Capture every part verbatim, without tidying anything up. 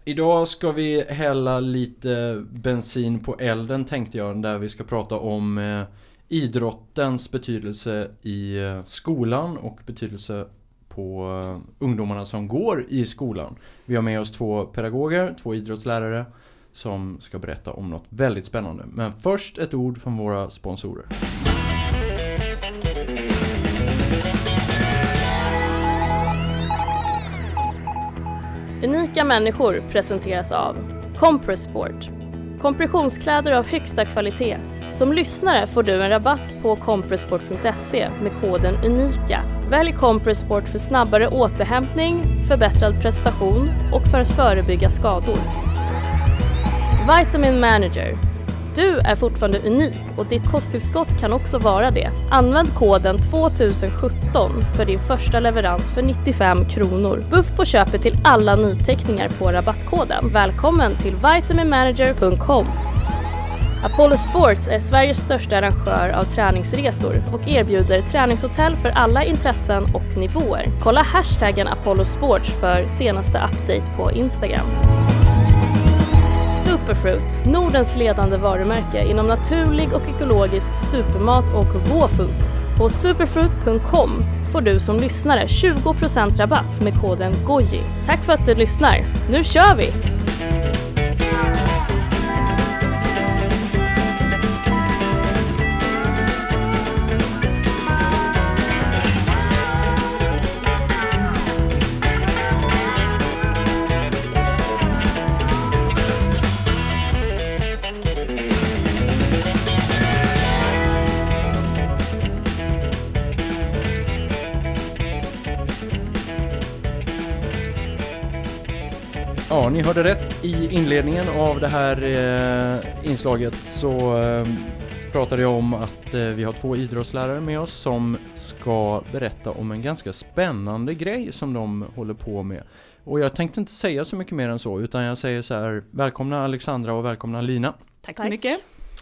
Idag ska vi hälla lite bensin på elden, tänkte jag, där vi ska prata om eh, idrottens betydelse i eh, skolan och betydelse på eh, ungdomarna som går i skolan. Vi har med oss två pedagoger, två idrottslärare som ska berätta om något väldigt spännande. Men först ett ord från våra sponsorer. Unika människor presenteras av Compressport. Kompressionskläder av högsta kvalitet. Som lyssnare får du en rabatt på compressport punkt se med koden UNIKA. Välj Compressport för snabbare återhämtning, förbättrad prestation och för att förebygga skador. Vitamin Manager. Du är fortfarande unik och ditt kosttillskott kan också vara det. Använd koden två tusen sjutton för din första leverans för nittiofem kronor. Buff på köpet till alla nyteckningar på rabattkoden. Välkommen till vitamin manager punkt com. Apollo Sports är Sveriges största arrangör av träningsresor och erbjuder träningshotell för alla intressen och nivåer. Kolla hashtaggen Apollo Sports för senaste update på Instagram. Superfruit, Nordens ledande varumärke inom naturlig och ekologisk supermat och raw foods. På superfruit punkt com får du som lyssnare tjugo procent rabatt med koden GOJI. Tack för att du lyssnar. Nu kör vi! Ja, ni hörde rätt. I inledningen av det här eh, inslaget så eh, pratade jag om att eh, vi har två idrottslärare med oss som ska berätta om en ganska spännande grej som de håller på med. Och jag tänkte inte säga så mycket mer än så, utan jag säger så här: välkomna Alexandra och välkomna Lina. Tack så Tack. mycket.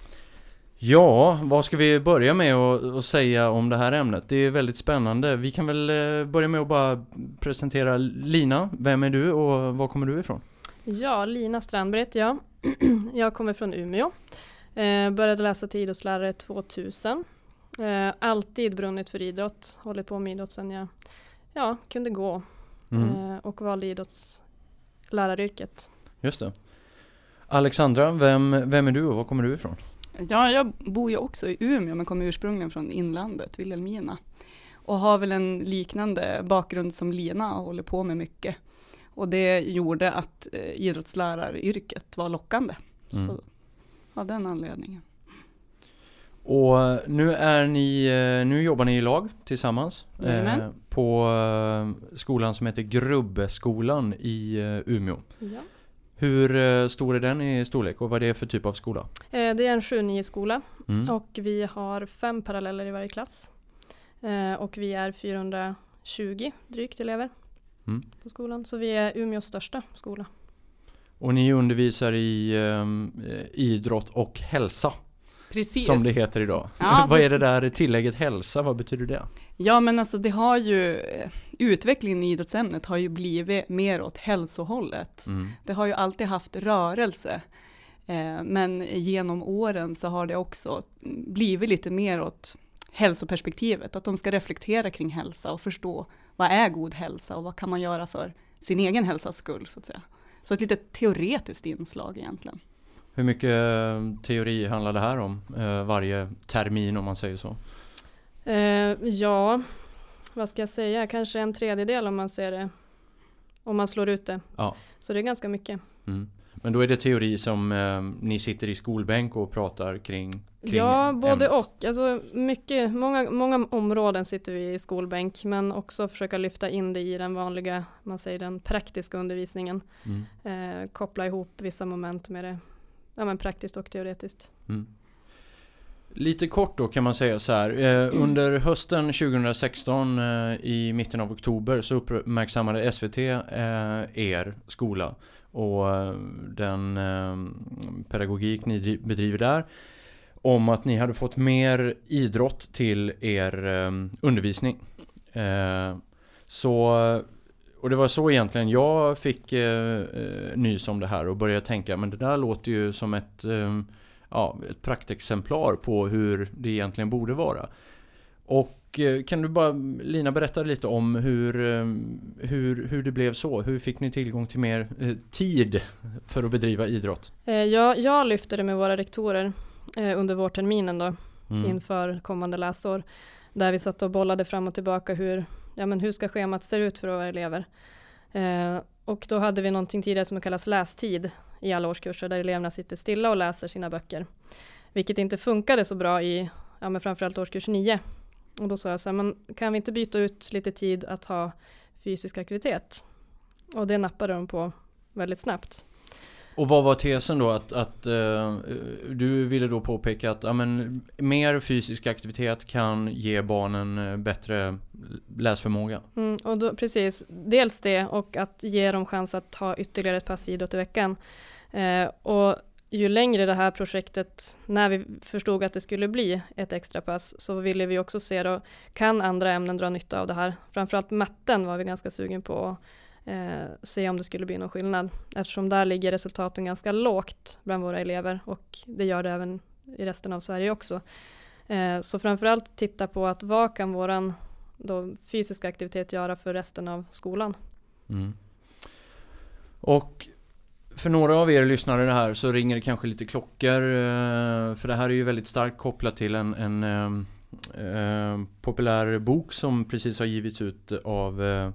Ja, vad ska vi börja med att, att säga om det här ämnet? Det är väldigt spännande. Vi kan väl börja med att bara presentera Lina. Vem är du och var kommer du ifrån? Ja, Lina Strandbrett, ja. Jag kommer från Umeå. Eh, började läsa till idrottslärare tvåtusen. Eh, alltid brunnit för idrott. Håller på med idrott sedan jag ja, kunde gå. Mm. Eh, och valde idrottsläraryrket. Just det. Alexandra, vem, vem är du och var kommer du ifrån? Ja, jag bor ju också i Umeå men kommer ursprungligen från inlandet, Vilhelmina. Och har väl en liknande bakgrund som Lina och håller på med mycket. Och det gjorde att eh, idrottsläraryrket var lockande. Mm. Så av den anledningen. Och nu är ni nu jobbar ni i lag tillsammans eh, på eh, skolan som heter Grubbeskolan i eh, Umeå. Ja. Hur eh, stor är den i storlek och vad är det för typ av skola? Eh, det är en sju nio skola mm. och vi har fem paralleller i varje klass. Eh, och vi är fyrahundratjugo drygt elever mm. på skolan. Så vi är Umeås största skola. Och ni undervisar i eh, idrott och hälsa. Precis. Som det heter idag. Ja, vad är det där tillägget hälsa? Vad betyder det? Ja, men alltså det har ju utvecklingen i idrottsämnet har ju blivit mer åt hälsohållet. Mm. Det har ju alltid haft rörelse. Eh, men genom åren så har det också blivit lite mer åt hälsoperspektivet. Att de ska reflektera kring hälsa och förstå vad är god hälsa och vad kan man göra för sin egen hälsas skull, så att säga. Så ett lite teoretiskt inslag egentligen. Hur mycket teori handlar det här om eh, varje termin, om man säger så? Eh, ja, vad ska jag säga? Kanske en tredjedel om man ser det, om man slår ut det. Ja. Så det är ganska mycket. Mm. Men då är det teori som eh, ni sitter i skolbänk och pratar kring, kring Ja, både ämnet. och. Alltså mycket, många, många områden sitter vi i skolbänk, men också försöka lyfta in det i den vanliga, man säger den praktiska undervisningen. Mm. Eh, koppla ihop vissa moment med det. Ja, men praktiskt och teoretiskt. Mm. Lite kort då kan man säga så här. Eh, under hösten tjugohundrasexton eh, i mitten av oktober så uppmärksammade S V T eh, er skola och eh, den eh, pedagogik ni bedriver där om att ni hade fått mer idrott till er eh, undervisning. Eh, så och det var så egentligen jag fick eh, nys om det här och började tänka, men det där låter ju som ett, eh, ja, ett praktexemplar på hur det egentligen borde vara. Och eh, kan du bara, Lina, berätta lite om hur, eh, hur, hur det blev så? Hur fick ni tillgång till mer eh, tid för att bedriva idrott? Eh, jag, jag lyfte det med våra rektorer eh, under vårterminen då, Mm. inför kommande läsår. Där vi satt och bollade fram och tillbaka hur, ja, men hur ska schemat se ut för våra elever. Eh, och då hade vi någonting tidigare som kallas lästid i alla årskurser, där eleverna sitter stilla och läser sina böcker. Vilket inte funkade så bra i, ja, men framförallt årskurs nio. Och då sa jag så här, men kan vi inte byta ut lite tid att ha fysisk aktivitet? Och det nappade de på väldigt snabbt. Och vad var tesen då? Att, att uh, du ville då påpeka att ja, men, mer fysisk aktivitet kan ge barnen bättre läsförmåga. Mm, och då, precis, dels det, och att ge dem chans att ta ytterligare ett pass idrott i veckan. Eh, och ju längre det här projektet, när vi förstod att det skulle bli ett extra pass, så ville vi också se då, kan andra ämnen dra nytta av det här? Framförallt matten var vi ganska sugen på att eh, se om det skulle bli någon skillnad. Eftersom där ligger resultaten ganska lågt bland våra elever, och det gör det även i resten av Sverige också. Eh, så framförallt titta på att vad kan våran då fysiska aktivitet göra för resten av skolan. Mm. Och för några av er lyssnare det här så ringer det kanske lite klockor, för det här är ju väldigt starkt kopplat till en, en eh, populär bok som precis har givits ut av eh,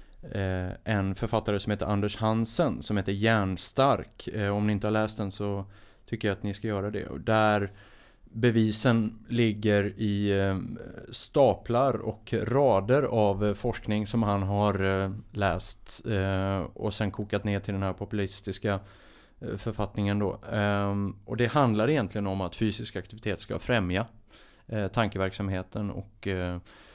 en författare som heter Anders Hansen, som heter Hjärnstark. Eh, om ni inte har läst den så tycker jag att ni ska göra det. Och där bevisen ligger i eh, staplar och rader av forskning som han har eh, läst eh, och sen kokat ner till den här populistiska eh, författningen då. Eh, och det handlar egentligen om att fysisk aktivitet ska främja eh, tankeverksamheten och eh,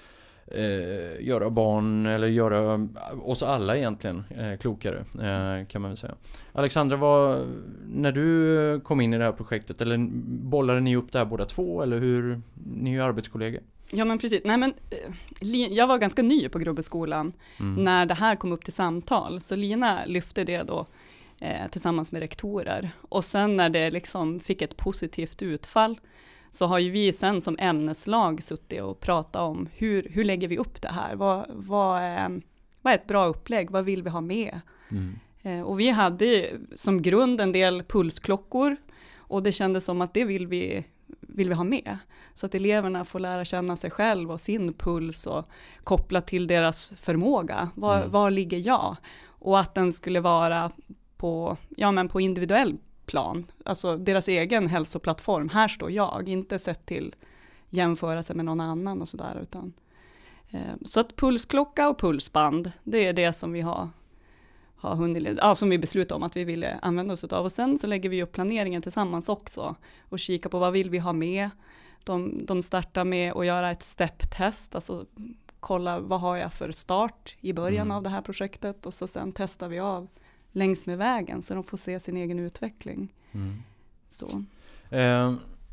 eh, göra barn, eller göra oss alla egentligen eh, klokare, eh, kan man väl säga. Alexandra, vad, när du kom in i det här projektet, eller bollade ni upp det här båda två, eller hur, ni är ju arbetskollegor? Ja, men precis. Nej, men, jag var ganska ny på Grubbeskolan mm. när det här kom upp till samtal, så Lina lyfte det då eh, tillsammans med rektorer, och sen när det liksom fick ett positivt utfall, så har ju vi sen som ämneslag suttit och pratat om hur, hur lägger vi upp det här? Vad, vad, är, vad är ett bra upplägg? Vad vill vi ha med? Mm. Eh, och vi hade som grund en del pulsklockor, och det kändes som att det vill vi, vill vi ha med. Så att eleverna får lära känna sig själv och sin puls och koppla till deras förmåga. Var, mm. var ligger jag? Och att den skulle vara på, ja, men på individuell plan, alltså deras egen hälsoplattform. Här står jag, inte sett till jämföra sig med någon annan och sådär, utan eh, så att pulsklocka och pulsband, det är det som vi har har hunnit, ja, som vi beslutade om att vi ville använda oss av, och sen så lägger vi upp planeringen tillsammans också och kika på vad vill vi ha med. De, de startar med att göra ett step-test, alltså kolla vad har jag för start i början mm. av det här projektet, och så sen testar vi av längs med vägen så de får se sin egen utveckling. Mm. Så. Eh,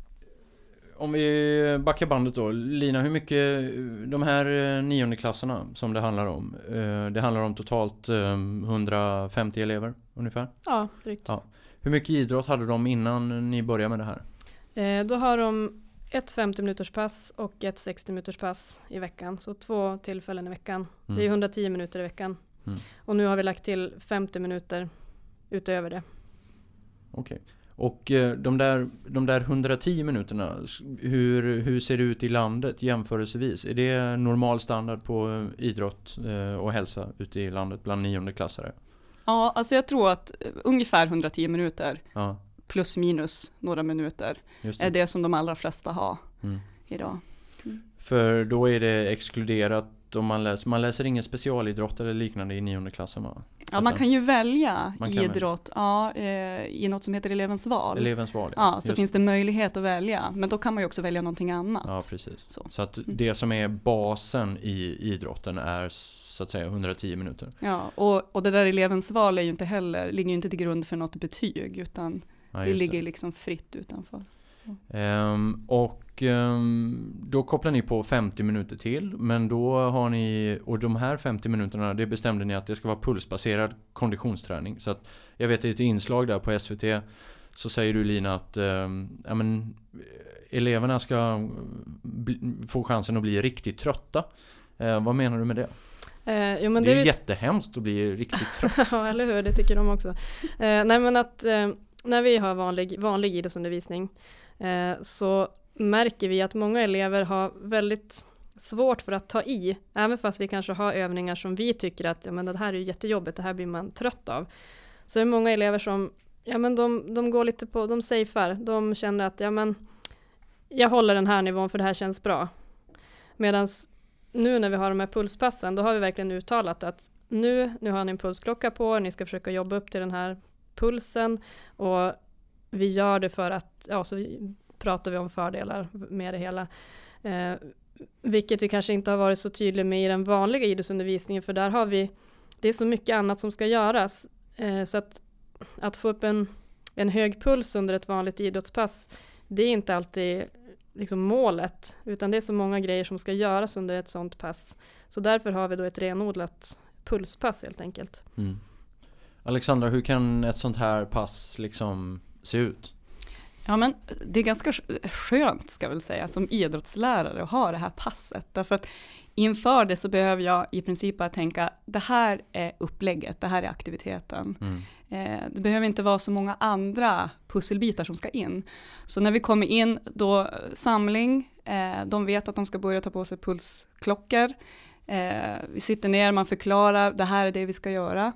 om vi backar bandet då, Lina, hur mycket de här nionde klasserna som det handlar om, eh, det handlar om totalt eh, hundrafemtio elever ungefär? Ja, drygt. Ja. Hur mycket idrott hade de innan ni började med det här? Eh, då har de ett femtio minuters pass och ett sextio minuters pass i veckan, så två tillfällen i veckan. Mm. Det är hundratio minuter i veckan. Mm. Och nu har vi lagt till femtio minuter utöver det. Okej. Okay. Och eh, de, där, de där hundratio minuterna, hur, hur ser det ut i landet jämförelsevis? Är det normal standard på idrott eh, och hälsa ute i landet bland niondeklassare? Ja, alltså jag tror att ungefär hundratio minuter ja. plus minus några minuter det. är det som de allra flesta har mm. idag. Mm. För då är det exkluderat om man läser, man läser ingen specialidrott eller liknande i nionde klassen, va? Ja, man kan ju välja kan idrott ja, eh, i något som heter elevens val. Elevens val, ja. ja så Just. finns det möjlighet att välja, men då kan man ju också välja någonting annat. Ja, precis. Så, så att mm. det som är basen i idrotten är så att säga hundratio minuter. Ja, och, och det där elevens val är ju inte heller, ligger ju inte till grund för något betyg, utan ja, det ligger det. liksom fritt utanför. Ja. Um, och Och um, då kopplar ni på femtio minuter till, men då har ni, och de här femtio minuterna, det bestämde ni att det ska vara pulsbaserad konditionsträning. Så att jag vet i ett inslag där på S V T så säger du, Lina, att um, ja, men, eleverna ska bli, få chansen att bli riktigt trötta. Uh, vad menar du med det? Eh, jo, men det är det ju vi... jättehemskt att bli riktigt trött. Ja, eller hur? Det tycker de också. Eh, nej, men att eh, när vi har vanlig, vanlig idrottsundervisning eh, så märker vi att många elever har väldigt svårt för att ta i, även fast vi kanske har övningar som vi tycker att ja, men det här är ju jättejobbigt, det här blir man trött av. Så det är många elever som ja, men de, de går lite på, de safear, de känner att ja, men jag håller den här nivån för det här känns bra. Medan nu när vi har de här pulspassen, då har vi verkligen uttalat att nu, nu har ni en pulsklocka på, ni ska försöka jobba upp till den här pulsen, och vi gör det för att, ja, så pratar vi om fördelar med det hela. Eh, vilket vi kanske inte har varit så tydliga med i den vanliga idrottsundervisningen, för där har vi, det är så mycket annat som ska göras. Eh, så att, att få upp en, en hög puls under ett vanligt idrottspass, det är inte alltid liksom målet, utan det är så många grejer som ska göras under ett sånt pass. Så därför har vi då ett renodlat pulspass helt enkelt. Mm. Alexandra, hur kan ett sånt här pass liksom se ut? Ja, men det är ganska skönt, ska jag väl säga, som idrottslärare att ha det här passet. Därför att inför det så behöver jag i princip bara tänka, det här är upplägget, det här är aktiviteten. Mm. Eh, det behöver inte vara så många andra pusselbitar som ska in. Så när vi kommer in, då samling, eh, de vet att de ska börja ta på sig pulsklockor. Eh, vi sitter ner, man förklarar, det här är det vi ska göra.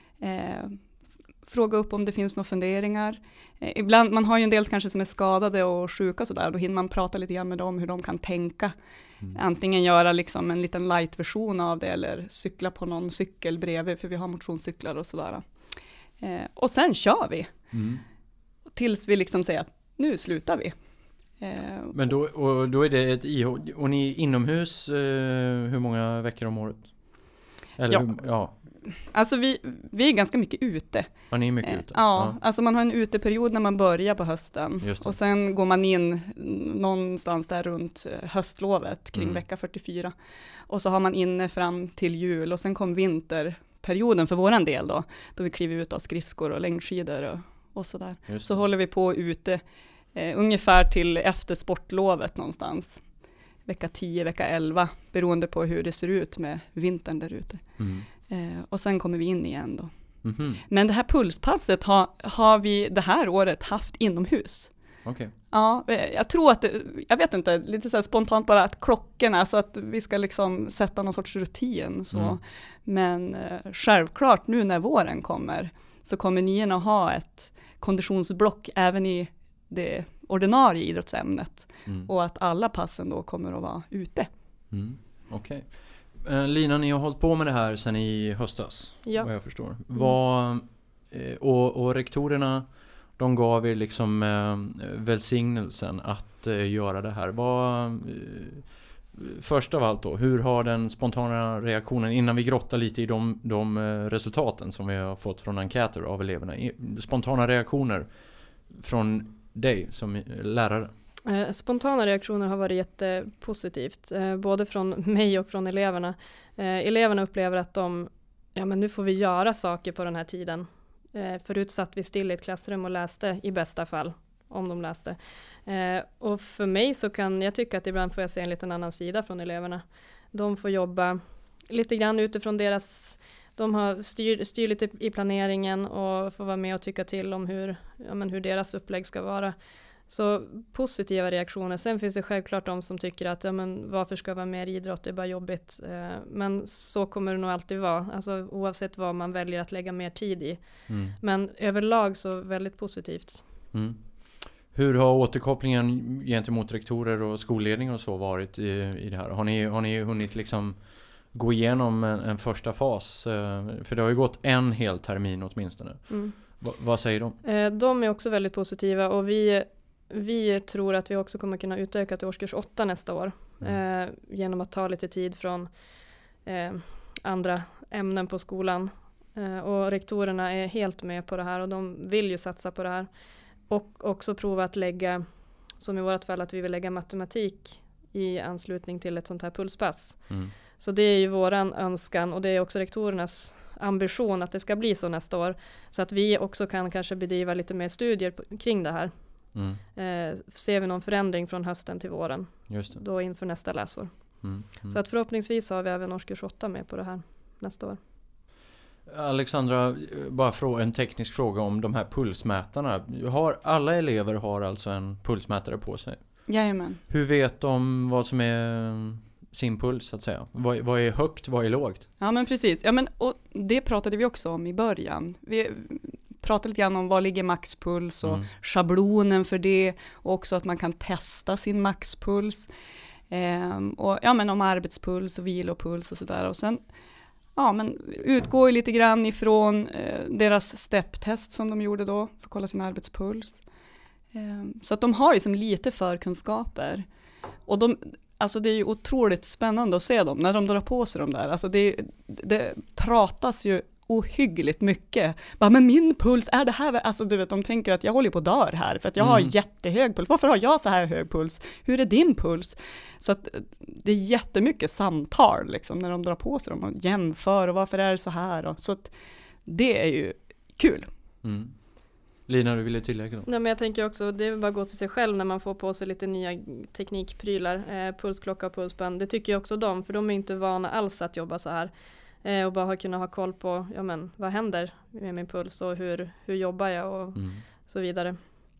Eh, fråga upp om det finns några funderingar. Eh, ibland, man har ju en del kanske som är skadade och sjuka och sådär, då hinner man prata lite grann med dem hur de kan tänka. Mm. Antingen göra liksom en liten light-version av det eller cykla på någon cykel bredvid, för vi har motionscyklar och sådär. Eh, och sen kör vi. Mm. Tills vi liksom säger att nu slutar vi. Eh, Men då, och då är det ett I H, och ni är inomhus eh, hur många veckor om året? Eller ja. Hur, ja. Alltså vi, vi är ganska mycket ute. Ja, ni är mycket ute. Ja, ja, alltså man har en uteperiod när man börjar på hösten. Och sen går man in någonstans där runt höstlovet kring mm. vecka fyrtiofyra. Och så har man inne fram till jul, och sen kom vinterperioden för våran del då. Då vi kliver ut av skridskor och längdskidor och, och sådär. Så håller vi på ute eh, ungefär till efter sportlovet någonstans. Vecka tio, vecka elva, beroende på hur det ser ut med vintern där ute. Mm. Eh, och sen kommer vi in igen då. Mm-hmm. Men det här pulspasset har, har vi det här året haft inomhus. Okay. Ja, jag tror att det, jag vet inte, lite så här spontant bara att klockorna, så att vi ska liksom sätta någon sorts rutin. Så. Mm. Men eh, självklart nu när våren kommer så kommer niorna ha ett konditionsblock även i det ordinarie idrottsämnet. Mm. Och att alla passen då kommer att vara ute. Mm. Okej. Okay. Eh, Lina, ni har hållit på med det här sedan i höstas, ja. Vad jag förstår. Mm. Vad, eh, och, och rektorerna, de gav er liksom eh, välsignelsen att eh, göra det här. Vad, eh, först av allt då, hur har den spontana reaktionen, innan vi grottar lite i de, de eh, resultaten som vi har fått från enkäter av eleverna, spontana reaktioner från dig som lärare? Eh, spontana reaktioner har varit jättepositivt, eh, både från mig och från eleverna. Eh, eleverna upplever att de, ja men nu får vi göra saker på den här tiden. Eh, förut satt vi still i ett klassrum och läste i bästa fall, om de läste. Eh, och för mig så kan jag tycka att ibland får jag se en liten annan sida från eleverna. De får jobba lite grann utifrån deras, de har styr, styr lite i planeringen och får vara med och tycka till om hur, ja men hur deras upplägg ska vara. Så positiva reaktioner. Sen finns det självklart de som tycker att ja, men varför ska vara mer idrott, det är bara jobbigt. Eh, men så kommer det nog alltid vara. Alltså, oavsett vad man väljer att lägga mer tid i. Mm. Men överlag så väldigt positivt. Mm. Hur har återkopplingen gentemot rektorer och skolledning och så varit i, i det här? Har ni, har ni hunnit liksom gå igenom en, en första fas? Eh, för det har ju gått en hel termin åtminstone. Mm. Va, vad säger de? Eh, de är också väldigt positiva, och vi Vi tror att vi också kommer kunna utöka till årskurs åtta nästa år. Mm. Eh, genom att ta lite tid från eh, andra ämnen på skolan. Eh, och rektorerna är helt med på det här, och de vill ju satsa på det här. Och också prova att lägga som i vårt fall att vi vill lägga matematik i anslutning till ett sånt här pulspass. Mm. Så det är ju våran önskan och det är också rektorernas ambition att det ska bli så nästa år. Så att vi också kan kanske bedriva lite mer studier på, kring det här. Mm. Eh, ser vi någon förändring från hösten till våren, Just det. då inför nästa läsår. Mm. Mm. Så att förhoppningsvis har vi även årskurs åtta med på det här nästa år. Alexandra, bara fråga, en teknisk fråga om de här pulsmätarna. Har, alla elever har alltså en pulsmätare på sig? Jajamän. Hur vet de vad som är sin puls så att säga? Vad, vad är högt, vad är lågt? Ja men precis, ja, men, och det pratade vi också om i början. Vi pratade lite grann om vad ligger maxpuls och mm. schablonen för det. Och också att man kan testa sin maxpuls. Ehm, och ja men om arbetspuls och vilopuls och sådär. Och sen ja, men utgår ju lite grann ifrån eh, deras stepptest som de gjorde då för att kolla sin arbetspuls. Eh, så att de har ju som lite förkunskaper. Och de, alltså det är ju otroligt spännande att se dem när de drar på sig de där. Alltså det, det pratas ju ohyggligt mycket. Bara, men min puls, är det här? Alltså du vet, de tänker att jag håller på att dör här för att jag mm. har jättehög puls. Varför har jag så här hög puls? Hur är din puls? Så att det är jättemycket samtal liksom när de drar på sig dem och jämför och varför är det så här? Och, så att det är ju kul. Mm. Lina, du ville tillägga något? Nej, men jag tänker också, det är bara att gå till sig själv när man får på sig lite nya teknikprylar, eh, pulsklocka och pulsband. Det tycker jag också de, för de är inte vana alls att jobba så här. Eh, och bara ha, kunna ha koll på, ja men, vad händer med min puls och hur, hur jobbar jag och mm. så vidare.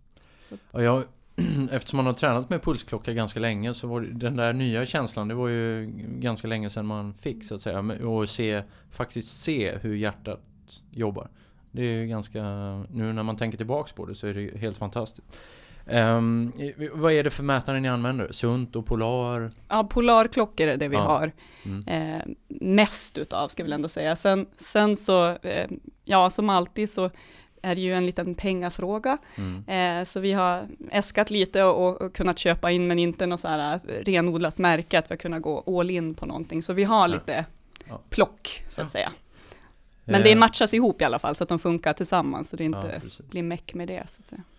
Ja, jag, eftersom man har tränat med pulsklocka ganska länge så var det, den där nya känslan, det var ju ganska länge sedan man fick så att säga. Och se, faktiskt se hur hjärtat jobbar. Det är ju ganska, nu när man tänker tillbaks på det så är det helt fantastiskt. Um, vad är det för mätare ni använder? Sunt och Polar? Ja, Polarklockor är det vi ja. har Mm. eh, mest utav, ska vi väl ändå säga. Sen, sen så, eh, ja som alltid så är det ju en liten pengafråga. Mm. Eh, så vi har äskat lite och, och kunnat köpa in, men inte något så här renodlat märke att vi kunna gå all in på någonting. Så vi har ja. lite ja. plock så att ja. säga. Men det matchas ihop i alla fall så att de funkar tillsammans så det inte ja, blir meck med det så att säga.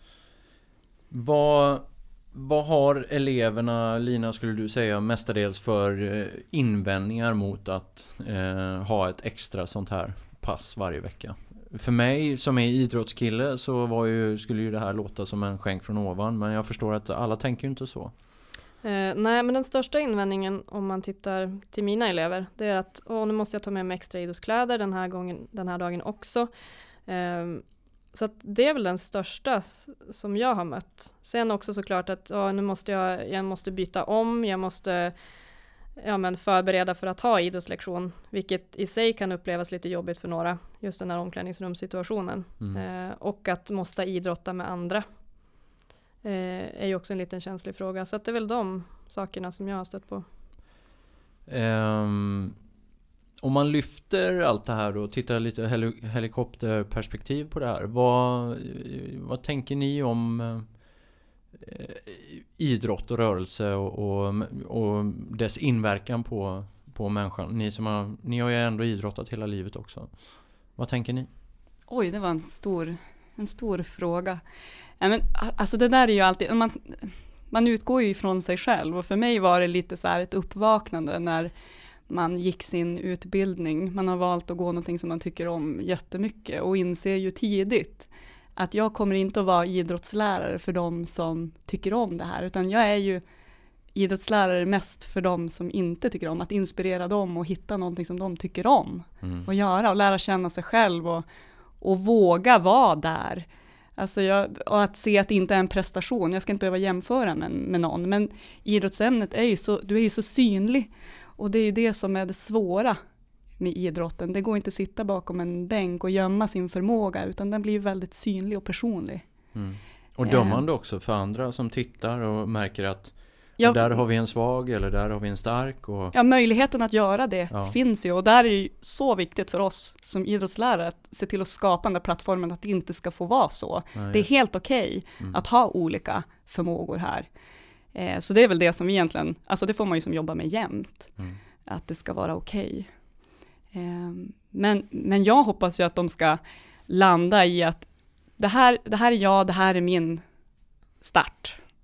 Vad, vad har eleverna, Lina, skulle du säga mestadels för invändningar mot att eh, ha ett extra sånt här pass varje vecka? För mig som är idrottskille så var ju, skulle ju det här låta som en skänk från ovan, men jag förstår att alla tänker ju inte så. Eh, nej, men den största invändningen om man tittar till mina elever, det är att åh, nu måste jag ta med mig extra idrottskläder den här gången, den här dagen också. Eh, så att det är väl den största s- som jag har mött. Sen också såklart att åh, nu måste jag, jag måste byta om, jag måste ja, men förbereda för att ha idrottslektion, vilket i sig kan upplevas lite jobbigt för några, just den här omklädningsrumssituationen. Mm. Eh, och att måste idrotta med andra. Eh, är ju också en liten känslig fråga. Så att det är väl de sakerna som jag har stött på. Um, om man lyfter allt det här och tittar lite hel- helikopterperspektiv på det här. Vad, vad tänker ni om eh, idrott och rörelse och, och, och dess inverkan på, på människan? Ni, som har, ni har ju ändå idrottat hela livet också. Vad tänker ni? Oj, det var en stor... En stor fråga. Ja, men, alltså det där är ju alltid, man, man utgår ju ifrån sig själv och för mig var det lite så här ett uppvaknande när man gick sin utbildning. Man har valt att gå någonting som man tycker om jättemycket och inser ju tidigt att jag kommer inte att vara idrottslärare för de som tycker om det här, utan jag är ju idrottslärare mest för de som inte tycker om, att inspirera dem och hitta någonting som de tycker om mm. och göra och lära känna sig själv och Och våga vara där. Alltså jag, och att se att det inte är en prestation. Jag ska inte behöva jämföra med, med någon. Men idrottsämnet är ju så, du är ju så synlig. Och det är ju det som är det svåra med idrotten. Det går inte att sitta bakom en bänk och gömma sin förmåga. Utan den blir väldigt synlig och personlig. Mm. Och dömande eh. också för andra som tittar och märker att ja, där har vi en svag eller där har vi en stark. Och... Ja, möjligheten att göra det ja. finns ju. Och där är det ju så viktigt för oss som idrottslärare att se till att skapa den där plattformen att det inte ska få vara så. Nej. Det är helt okej okay mm. att ha olika förmågor här. Eh, så det är väl det som egentligen, alltså det får man ju som jobba med jämt. Mm. Att det ska vara okej. Okay. Eh, men, men jag hoppas ju att de ska landa i att det här, det här är jag, det här är min start.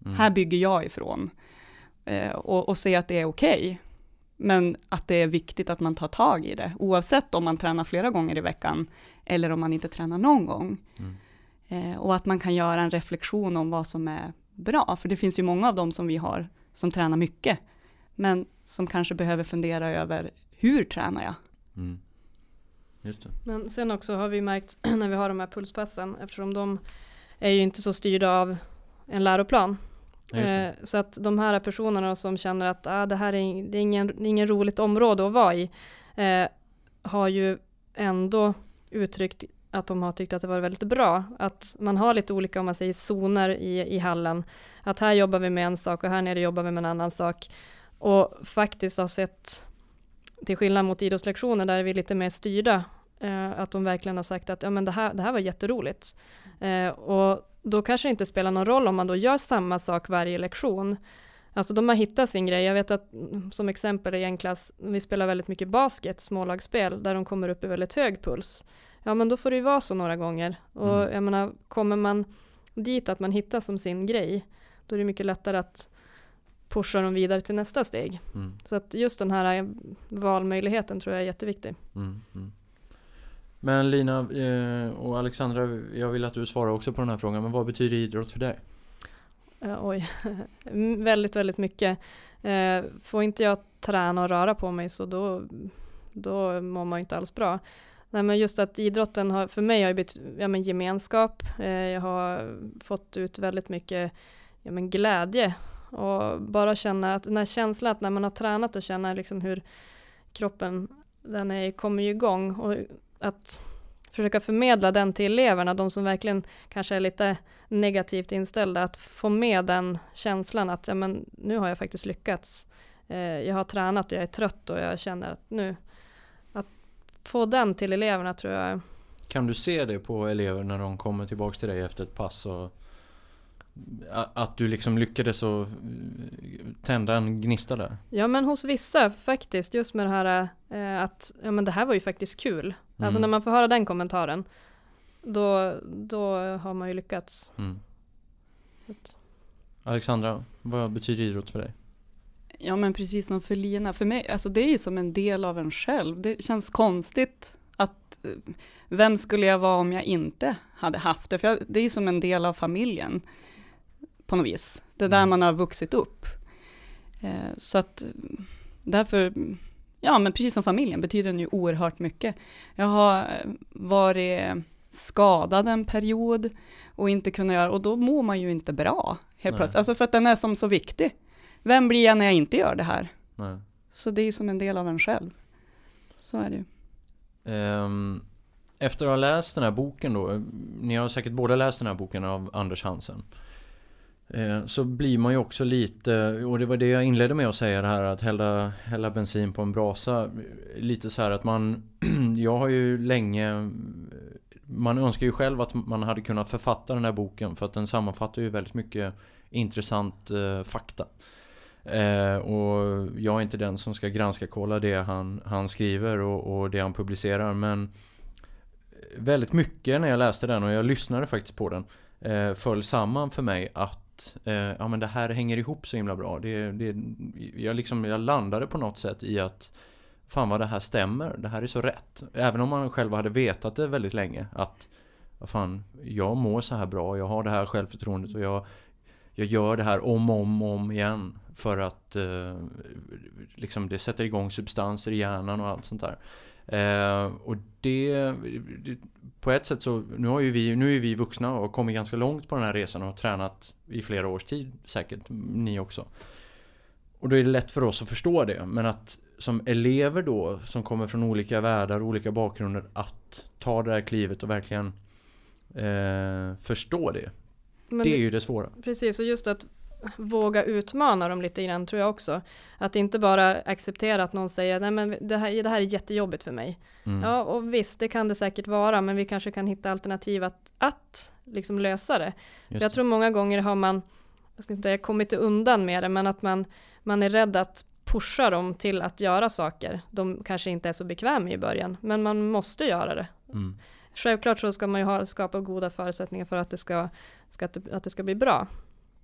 Mm. Här bygger jag ifrån. Eh, och, och se att det är okej. Okay. Men att det är viktigt att man tar tag i det. Oavsett om man tränar flera gånger i veckan. Eller om man inte tränar någon gång. Mm. Eh, och att man kan göra en reflektion om vad som är bra. För det finns ju många av dem som vi har som tränar mycket. Men som kanske behöver fundera över hur tränar jag? Mm. Just det. Men sen också har vi märkt när vi har de här pulspassen, eftersom de är ju inte så styrda av en läroplan. Eh, så att de här personerna som känner att ah, det här är, det är ingen, ingen roligt område att vara i, eh, har ju ändå uttryckt att de har tyckt att det var väldigt bra. Att man har lite olika, om man säger, zoner i, i hallen. Att här jobbar vi med en sak och här nere jobbar vi med en annan sak. Och faktiskt har sett, till skillnad mot idrottslektioner där vi är lite mer styrda, eh, att de verkligen har sagt att ja, men det, här, det här var jätteroligt. Eh, och då kanske det inte spelar någon roll om man då gör samma sak varje lektion. Alltså de har hittat sin grej. Jag vet att som exempel i en klass, vi spelar väldigt mycket basket, smålagsspel, där de kommer upp i väldigt hög puls. Ja, men då får det ju vara så några gånger. Och mm. jag menar, kommer man dit att man hittar som sin grej, då är det mycket lättare att pusha dem vidare till nästa steg. Mm. Så att just den här valmöjligheten tror jag är jätteviktig. Mm. Mm. Men Lina eh, och Alexandra, jag vill att du svarar också på den här frågan. Men vad betyder idrott för dig? Uh, oj, väldigt, väldigt mycket. Uh, får inte jag träna och röra på mig så då, då mår man inte alls bra. Nej, men just att idrotten har, för mig har blivit ja, men gemenskap. Uh, jag har fått ut väldigt mycket ja, men glädje. Och bara känna att den här känslan att när man har tränat och känna liksom hur kroppen den är, kommer ju igång. Och att försöka förmedla den till eleverna, de som verkligen kanske är lite negativt inställda, att få med den känslan att ja, men nu har jag faktiskt lyckats. Eh, jag har tränat och jag är trött och jag känner att nu, att få den till eleverna tror jag. Kan du se det på elever när de kommer tillbaka till dig efter ett pass och att du liksom lyckades att tända en gnista där? Ja, men hos vissa faktiskt, just med det här eh, att ja, men det här var ju faktiskt kul. Mm. Alltså när man får höra den kommentaren, då, då har man ju lyckats. Mm. Att... Alexandra, vad betyder idrott för dig? Ja, men precis som för Lina, för mig, alltså det är ju som en del av en själv. Det känns konstigt att vem skulle jag vara om jag inte hade haft det? För jag, det är som en del av familjen på något vis. Det är där man har vuxit upp. Eh, så att därför, ja men precis som familjen betyder den ju oerhört mycket. Jag har varit skadad en period och inte kunnat göra, och då mår man ju inte bra helt plötsligt. Alltså för att den är som så viktig. Vem blir jag när jag inte gör det här? Nej. Så det är som en del av en själv. Så är det ju. Um, efter att ha läst den här boken då, ni har säkert båda läst den här boken av Anders Hansen, eh, så blir man ju också lite, och det var det jag inledde med att säga det här, att hälla, hälla bensin på en brasa, lite så här att man, jag har ju länge, man önskar ju själv att man hade kunnat författa den här boken, för att den sammanfattar ju väldigt mycket intressant eh, fakta. Eh, och jag är inte den som ska granska kolla det han, han skriver och, och det han publicerar, men väldigt mycket när jag läste den, och jag lyssnade faktiskt på den, eh, föll samman för mig att eh, ja, men det här hänger ihop så himla bra. Det, det, jag, liksom, jag landade på något sätt i att fan vad det här stämmer, det här är så rätt. Även om man själv hade vetat det väldigt länge, att vad fan, jag mår så här bra, jag har det här självförtroendet och jag Jag gör det här om och om, om igen för att eh, liksom det sätter igång substanser i hjärnan och allt sånt där. Eh, och det, det, på ett sätt så, nu, har ju vi, nu är vi vuxna och kommit ganska långt på den här resan och har tränat i flera års tid, säkert ni också. Och då är det lätt för oss att förstå det. Men att som elever då, som kommer från olika världar, olika bakgrunder, att ta det här klivet och verkligen eh, förstå det. Men det är ju det svåra. Precis, och just att våga utmana dem lite grann tror jag också. Att inte bara acceptera att någon säger nej men det här, det här är jättejobbigt för mig. Mm. Ja, och visst, det kan det säkert vara, men vi kanske kan hitta alternativ att, att liksom lösa det. För jag tror många gånger har man, jag ska inte säga kommit undan med det, men att man, man är rädd att pusha dem till att göra saker. De kanske inte är så bekväma i början, men man måste göra det. Mm. Självklart så ska man ju ha, skapa goda förutsättningar för att det ska, ska, att det ska bli bra.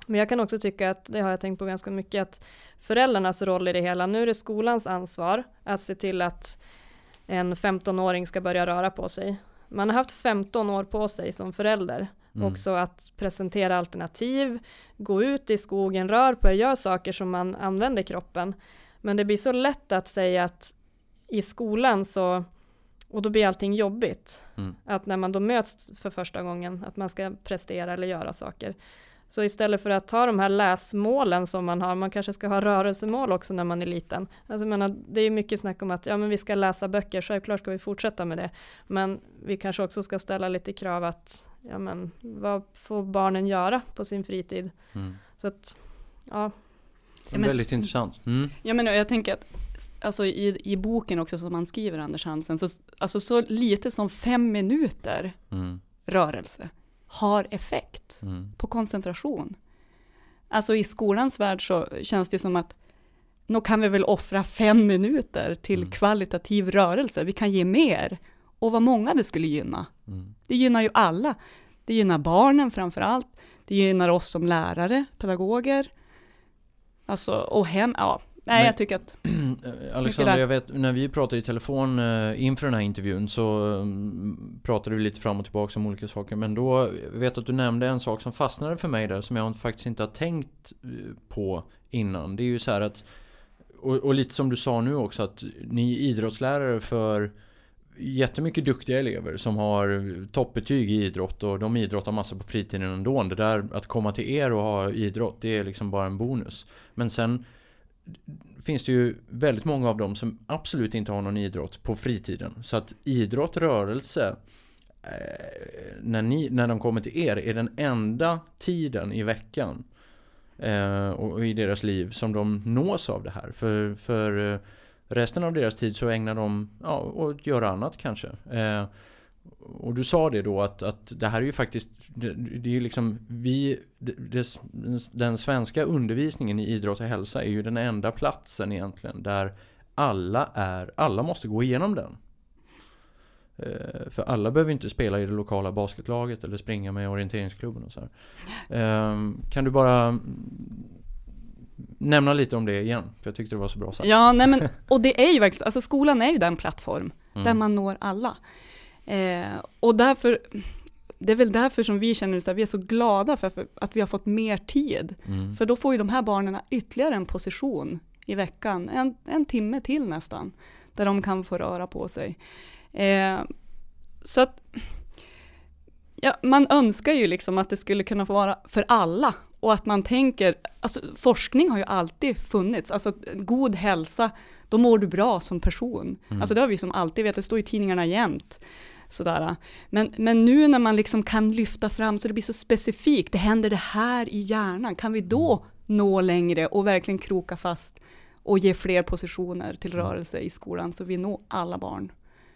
Men jag kan också tycka att, det har jag tänkt på ganska mycket, att föräldrarnas roll i det hela, nu är det skolans ansvar att se till att en femtonåring ska börja röra på sig. Man har haft femton år på sig som förälder. Mm. Också att presentera alternativ, gå ut i skogen, rör på er, gör saker som man använder kroppen. Men det blir så lätt att säga att i skolan så, och då blir allting jobbigt. Mm. Att när man då möts för första gången, att man ska prestera eller göra saker. Så istället för att ta de här läsmålen som man har, man kanske ska ha rörelsemål också när man är liten. Alltså jag menar, det är mycket snack om att ja, men vi ska läsa böcker, självklart ska vi fortsätta med det. Men vi kanske också ska ställa lite krav att, ja men vad får barnen göra på sin fritid? Mm. Så att, ja. Det är väldigt men, intressant. Mm. Ja, men jag tänker att alltså i, i boken också som man skriver, Anders Hansen, så, alltså så lite som fem minuter mm. rörelse har effekt mm. på koncentration. Alltså i skolans värld så känns det som att nu kan vi väl offra fem minuter till mm. kvalitativ rörelse. Vi kan ge mer. Och vad många det skulle gynna. Mm. Det gynnar ju alla. Det gynnar barnen framför allt. Det gynnar oss som lärare, pedagoger. Alltså, och hem, ja. Nej, Men, jag tycker att... Alexander, jag vet, när vi pratade i telefon uh, inför den här intervjun så um, pratade vi lite fram och tillbaka om olika saker. Men då jag vet att du nämnde en sak som fastnade för mig där som jag faktiskt inte har tänkt uh, på innan. Det är ju så här att, och, och lite som du sa nu också, att ni är idrottslärare för jättemycket duktiga elever som har toppbetyg i idrott och de idrottar massa på fritiden ändå. Det där att komma till er och ha idrott, det är liksom bara en bonus. Men sen finns det ju väldigt många av dem som absolut inte har någon idrott på fritiden. Så att idrott, rörelse eh, när, ni, när de kommer till er är den enda tiden i veckan eh, och i deras liv som de nås av det här. För, för eh, resten av deras tid så ägnar de ja, åt göra annat kanske. Eh, och du sa det då att, att det här är ju faktiskt det, det är ju liksom vi det, det, den svenska undervisningen i idrott och hälsa är ju den enda platsen egentligen där alla är alla måste gå igenom den. Eh, för alla behöver inte spela i det lokala basketlaget eller springa med orienteringsklubben och så här. Eh, kan du bara nämna lite om det igen, för jag tyckte det var så bra sagt. Ja, nej men, och det är ju verkligen, alltså skolan är ju den plattform mm. där man når alla. Eh, och därför, det är väl därför som vi känner att vi är så glada för, för att vi har fått mer tid. Mm. För då får ju de här barnen ytterligare en position i veckan, en, en timme till nästan, där de kan få röra på sig. Eh, så att ja, man önskar ju liksom att det skulle kunna få vara för alla. Och att man tänker, alltså forskning har ju alltid funnits, alltså god hälsa, då mår du bra som person. Mm. Alltså det har vi som alltid vet, det står i tidningarna jämt. Sådär. Men, men nu när man liksom kan lyfta fram så det blir så specifikt, det händer det här i hjärnan, kan vi då nå längre och verkligen kroka fast och ge fler positioner till rörelse i skolan så vi når alla barn.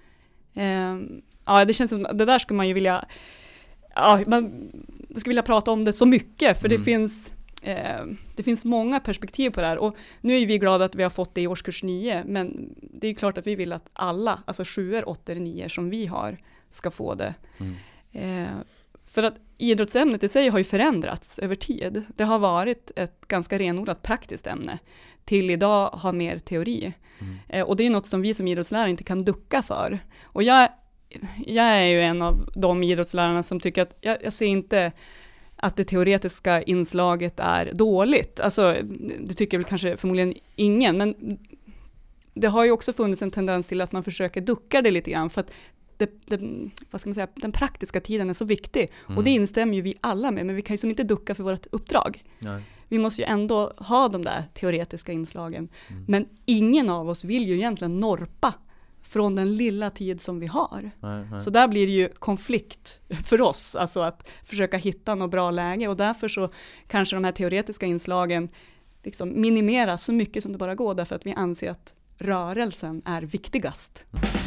Um, ja, det känns som, det där skulle man ju vilja... Ja, man skulle vilja prata om det så mycket för mm. det finns eh, det finns många perspektiv på det här och nu är vi glada att vi har fått det i årskurs nio, men det är klart att vi vill att alla, alltså sjuor, åttor, nior som vi har ska få det. Mm. Eh, för att idrottsämnet i sig har ju förändrats över tid. Det har varit ett ganska renodlat praktiskt ämne till idag har mer teori. Mm. Eh, och det är något som vi som idrottslärare inte kan ducka för. Och jag Jag är ju en av de idrottslärarna som tycker att jag, jag ser inte att det teoretiska inslaget är dåligt. Alltså, det tycker väl kanske förmodligen ingen, men det har ju också funnits en tendens till att man försöker ducka det lite grann för att det, det, vad ska man säga, den praktiska tiden är så viktig. Mm. Och det instämmer ju vi alla med, men vi kan ju som inte ducka för vårt uppdrag. Nej. Vi måste ju ändå ha de där teoretiska inslagen. Mm. Men ingen av oss vill ju egentligen norpa från den lilla tid som vi har. Nej, nej. Så där blir det ju konflikt för oss, alltså att försöka hitta något bra läge och därför så kanske de här teoretiska inslagen liksom minimeras så mycket som det bara går därför att vi anser att rörelsen är viktigast.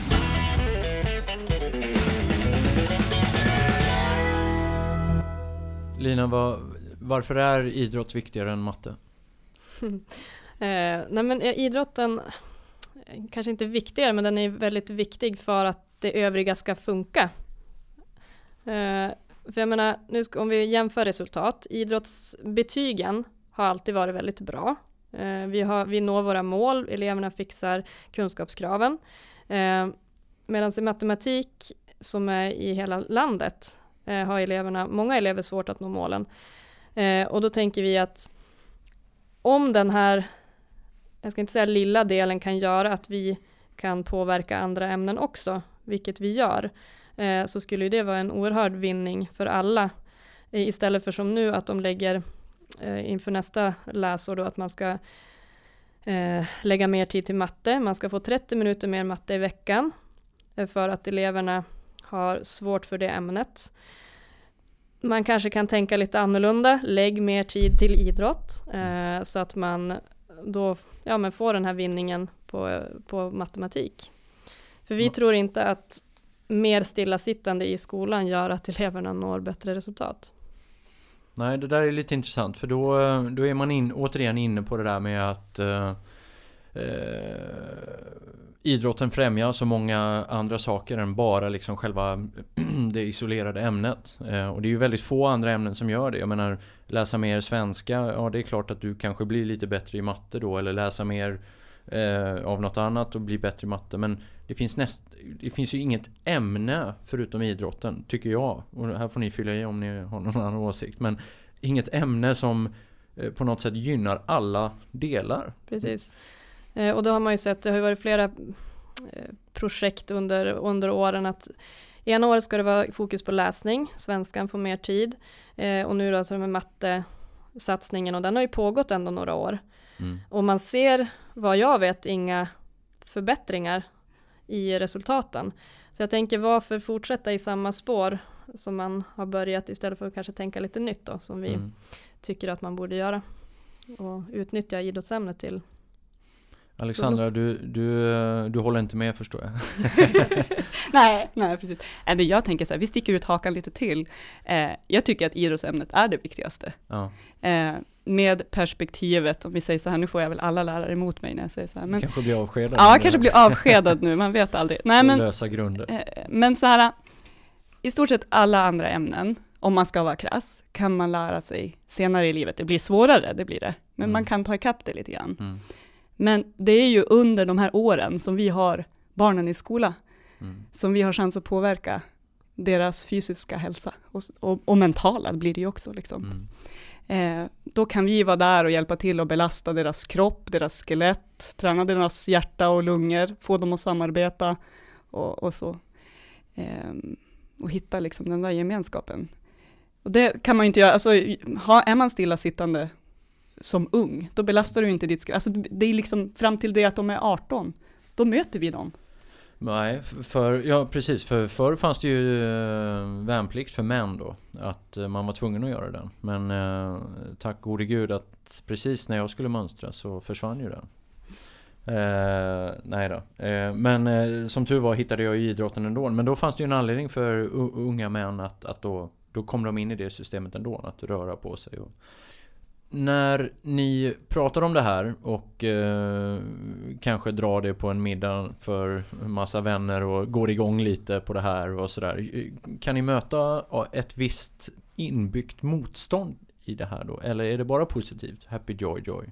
Lina, var, varför är idrott viktigare än matte? eh, nej men idrotten kanske inte viktigare, men den är väldigt viktig för att det övriga ska funka. Eh, För jag menar, nu ska, om vi jämför resultat, idrottsbetygen har alltid varit väldigt bra. Eh, vi, har, vi når våra mål, eleverna fixar kunskapskraven. Eh, Medan i matematik, som är i hela landet, eh, har eleverna, många elever svårt att nå målen. Eh, och då tänker vi att om den här, jag ska inte säga lilla delen, kan göra att vi kan påverka andra ämnen också, vilket vi gör, eh, så skulle det vara en oerhörd vinning för alla. Eh, istället för som nu att de lägger eh, inför nästa läsår då att man ska eh, lägga mer tid till matte. Man ska få trettio minuter mer matte i veckan eh, för att eleverna har svårt för det ämnet. Man kanske kan tänka lite annorlunda. Lägg mer tid till idrott eh, så att man då ja, men får den här vinningen på, på matematik. För vi mm. tror inte att mer stillasittande i skolan gör att eleverna når bättre resultat. Nej, det där är lite intressant, för då, då är man in, återigen inne på det där med att eh, eh, idrotten främjar så många andra saker än bara liksom själva det isolerade ämnet. Eh, och det är ju väldigt få andra ämnen som gör det. Jag menar, läsa mer svenska, ja det är klart att du kanske blir lite bättre i matte då, eller läsa mer eh, av något annat och bli bättre i matte. Men det finns, näst, det finns ju inget ämne förutom idrotten, tycker jag. Och här får ni fylla i om ni har någon annan åsikt. Men inget ämne som eh, på något sätt gynnar alla delar. Precis. Eh, och då har man ju sett, det har ju varit flera eh, projekt under, under åren att ena året ska det vara fokus på läsning, svenskan får mer tid. Eh, och nu då så med matte-satsningen, och den har ju pågått ändå några år. Mm. Och man ser, vad jag vet, inga förbättringar i resultaten. Så jag tänker, varför fortsätta i samma spår som man har börjat istället för att kanske tänka lite nytt då, som vi mm. tycker att man borde göra. Och utnyttja idrottsämnet till. Alexandra, du, du, du håller inte med, förstår jag. nej, nej, precis. Äh, jag tänker så här, vi sticker ut hakan lite till. Eh, jag tycker att idrottsämnet är det viktigaste. Ja. Eh, med perspektivet, om vi säger så här, nu får jag väl alla lärare emot mig när jag säger så här. Men, kanske blir avskedad. Ja, kanske blir avskedad nu, man vet aldrig. Nej, men, lösa grunder. Eh, men så här, i stort sett alla andra ämnen, om man ska vara krass, kan man lära sig senare i livet. Det blir svårare, det blir det. Men mm. man kan ta ikapp det lite grann. Mm. Men det är ju under de här åren som vi har barnen i skola mm. som vi har chans att påverka deras fysiska hälsa och, och, och mentala blir det ju också liksom. Mm. Eh, då kan vi vara där och hjälpa till att belasta deras kropp, deras skelett, träna deras hjärta och lungor, få dem att samarbeta och, och så eh, och hitta liksom den där gemenskapen. Och det kan man ju inte göra, alltså ha, är man stillasittande som ung, då belastar du inte ditt skelett. Alltså det är liksom fram till det att de är arton, då möter vi dem. Nej, för, ja precis, för förr fanns det ju eh, värnplikt för män då, att eh, man var tvungen att göra den. Men eh, tack gode gud att precis när jag skulle mönstra så försvann ju den. Eh, nej då. Eh, men eh, som tur var hittade jag ju idrotten ändå. Men då fanns det ju en anledning för u- unga män att, att då, då kom de in i det systemet ändå, att röra på sig. Och när ni pratar om det här och eh, kanske drar det på en middag för en massa vänner och går igång lite på det här och sådär, kan ni möta ett visst inbyggt motstånd i det här då? Eller är det bara positivt? Happy joy joy?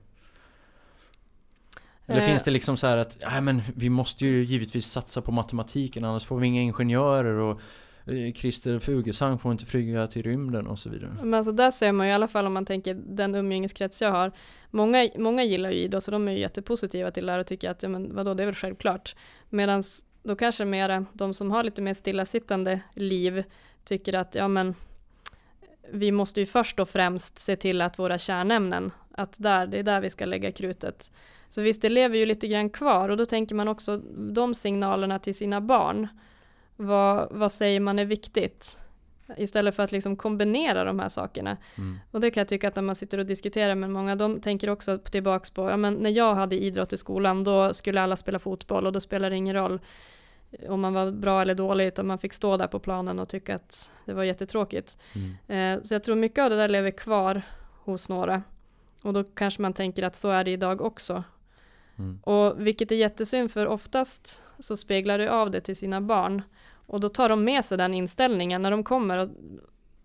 Eller eh. finns det liksom så här att nej, men vi måste ju givetvis satsa på matematiken, annars får vi inga ingenjörer och Christer Fuglesang får inte flyga till rymden och så vidare. Men alltså där ser man ju i alla fall, om man tänker den umgängeskrets jag har, många, många gillar ju idrott, så de är ju jättepositiva till det här och tycker att ja, men vadå, det är väl självklart. Medan då kanske mera de som har lite mer stillasittande liv tycker att ja men vi måste ju först och främst se till att våra kärnämnen, att där, det är där vi ska lägga krutet. Så visst, det lever ju lite grann kvar, och då tänker man också de signalerna till sina barn. Vad, vad säger man är viktigt? Istället för att liksom kombinera de här sakerna. Mm. Och det kan jag tycka att när man sitter och diskuterar med många, de tänker också tillbaks på, ja men när jag hade idrott i skolan, då skulle alla spela fotboll och då spelar det ingen roll om man var bra eller dåligt, om man fick stå där på planen och tycka att det var jättetråkigt. Mm. Eh, så jag tror mycket av det där lever kvar hos några. Och då kanske man tänker att så är det idag också. Mm. Och vilket är jättesynd, för oftast så speglar det av det till sina barn. Och då tar de med sig den inställningen när de kommer. Och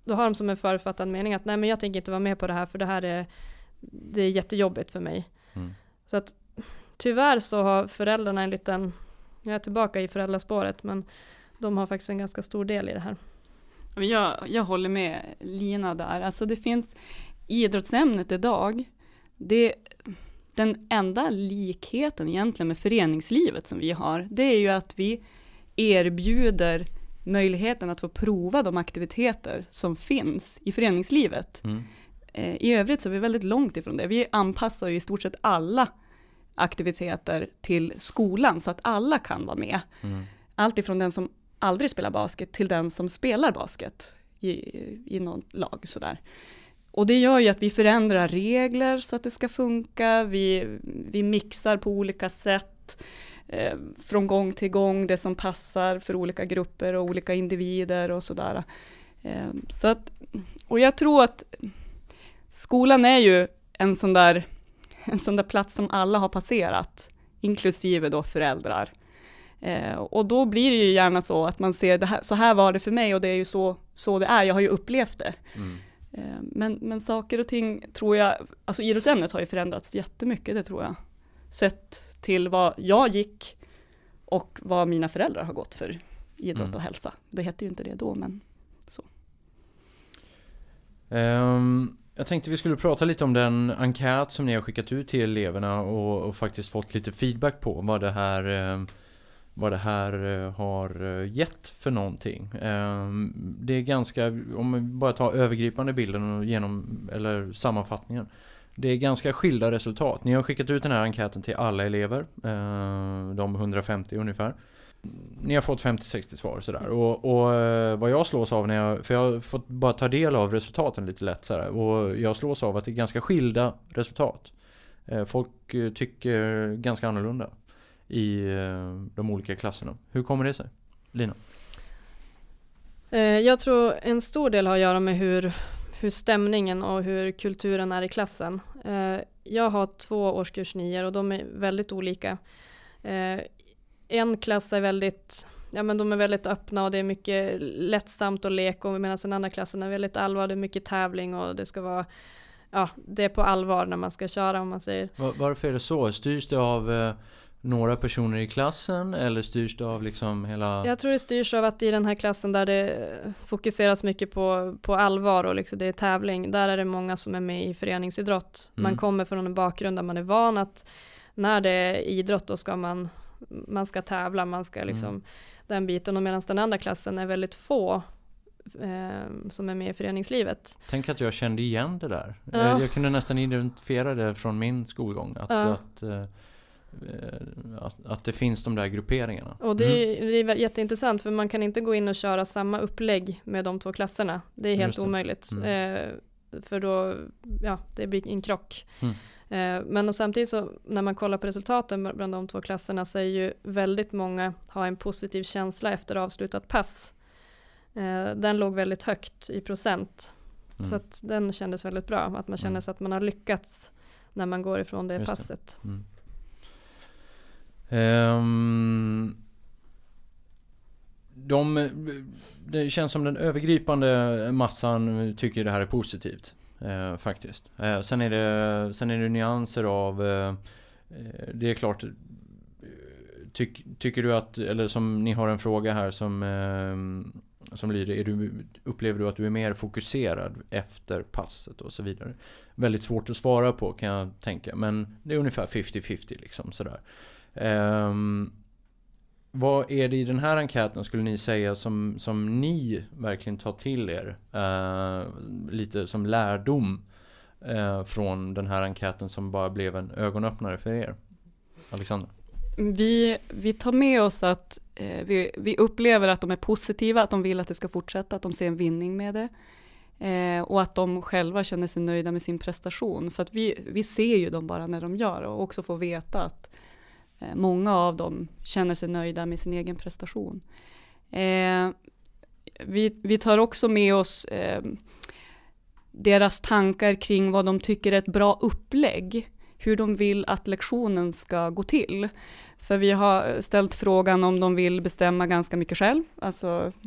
då har de som en författad mening att nej men jag tänker inte vara med på det här för det här är, det är jättejobbigt för mig. Mm. Så att tyvärr så har föräldrarna en liten, jag är tillbaka i föräldraspåret, men de har faktiskt en ganska stor del i det här. Jag, jag håller med Lina där. Alltså det finns idrottsämnet idag, det, den enda likheten egentligen med föreningslivet som vi har, det är ju att vi erbjuder möjligheten att få prova de aktiviteter som finns i föreningslivet. Mm. I övrigt så är vi väldigt långt ifrån det. Vi anpassar ju i stort sett alla aktiviteter till skolan så att alla kan vara med. Mm. Allt ifrån den som aldrig spelar basket till den som spelar basket i, i något lag. Sådär. Och det gör ju att vi förändrar regler så att det ska funka. Vi, vi mixar på olika sätt eh, från gång till gång det som passar för olika grupper och olika individer och sådär. Eh, så att, och jag tror att skolan är ju en sån där, en sån där plats som alla har passerat, inklusive då föräldrar. Eh, och då blir det ju gärna så att man ser, det här, så här var det för mig och det är ju så, så det är, jag har ju upplevt det. Mm. Eh, men, men saker och ting tror jag, alltså idrottsämnet har ju förändrats jättemycket, det tror jag. Sett till vad jag gick och vad mina föräldrar har gått för idrott mm. och hälsa. Det hette ju inte det då, men så. Um. Jag tänkte vi skulle prata lite om den enkät som ni har skickat ut till eleverna och, och faktiskt fått lite feedback på vad det här, eh, vad det här eh, har gett för någonting. Eh, det är ganska, om vi bara tar övergripande bilden och genom, eller sammanfattningen. Det är ganska skilda resultat. Ni har skickat ut den här enkäten till alla elever, eh, de hundrafemtio ungefär. Ni har fått femtio sextio svar sådär. Och, och vad jag slås av när jag, för jag har fått bara ta del av resultaten lite lätt sådär. Och jag slås av att det är ganska skilda resultat. Folk tycker ganska annorlunda i de olika klasserna. Hur kommer det sig? Lina? Jag tror en stor del har att göra med hur, hur stämningen och hur kulturen är i klassen. Jag har två årskurs nio och de är väldigt olika. En klass är väldigt, ja men de är väldigt öppna och det är mycket lättsamt och lek, och medan den andra klassen är väldigt allvar, det är mycket tävling och det ska vara, ja det är på allvar när man ska köra, om man säger. Var, varför är det så? Styrs det av eh, några personer i klassen eller styrs det av liksom hela... Jag tror det styrs av att i den här klassen där det fokuseras mycket på, på allvar och liksom det är tävling, där är det många som är med i föreningsidrott. Mm. Man kommer från en bakgrund där man är van att när det är idrott då ska man man ska tävla, man ska liksom mm. den biten, och medan den andra klassen är väldigt få eh, som är med i föreningslivet. Tänk att jag kände igen det där. Ja. Jag, jag kunde nästan identifiera det från min skolgång att, ja. att, eh, att, att det finns de där grupperingarna. Och det är, mm. det är jätteintressant, för man kan inte gå in och köra samma upplägg med de två klasserna. Det är helt omöjligt. Mm. Eh, för då, ja, det blir en krock. Mm. Men och samtidigt så när man kollar på resultaten bland de två klasserna så är ju väldigt många har en positiv känsla efter avslutat pass. Den låg väldigt högt i procent. Mm. Så att den kändes väldigt bra. Att man känner mm. att man har lyckats när man går ifrån det Just passet. Det. Mm. Um, de, det känns som den övergripande massan tycker det här är positivt. Eh, faktiskt. Eh, sen, är det, sen är det nyanser av eh, det är klart tyck, tycker du att, eller som ni har en fråga här som, eh, som lyder, är du, upplever du att du är mer fokuserad efter passet och så vidare? Väldigt svårt att svara på kan jag tänka, men det är ungefär femtio femtio liksom sådär. Eh, Vad är det i den här enkäten skulle ni säga som, som ni verkligen tar till er eh, lite som lärdom eh, från den här enkäten som bara blev en ögonöppnare för er? Alexander? Vi, vi tar med oss att eh, vi, vi upplever att de är positiva, att de vill att det ska fortsätta, att de ser en vinning med det. Eh, och att de själva känner sig nöjda med sin prestation. För att vi, vi ser ju dem bara när de gör och också får veta att många av dem känner sig nöjda med sin egen prestation. Eh, vi, vi tar också med oss eh, deras tankar kring vad de tycker är ett bra upplägg. Hur de vill att lektionen ska gå till. För vi har ställt frågan om de vill bestämma ganska mycket själv. Alltså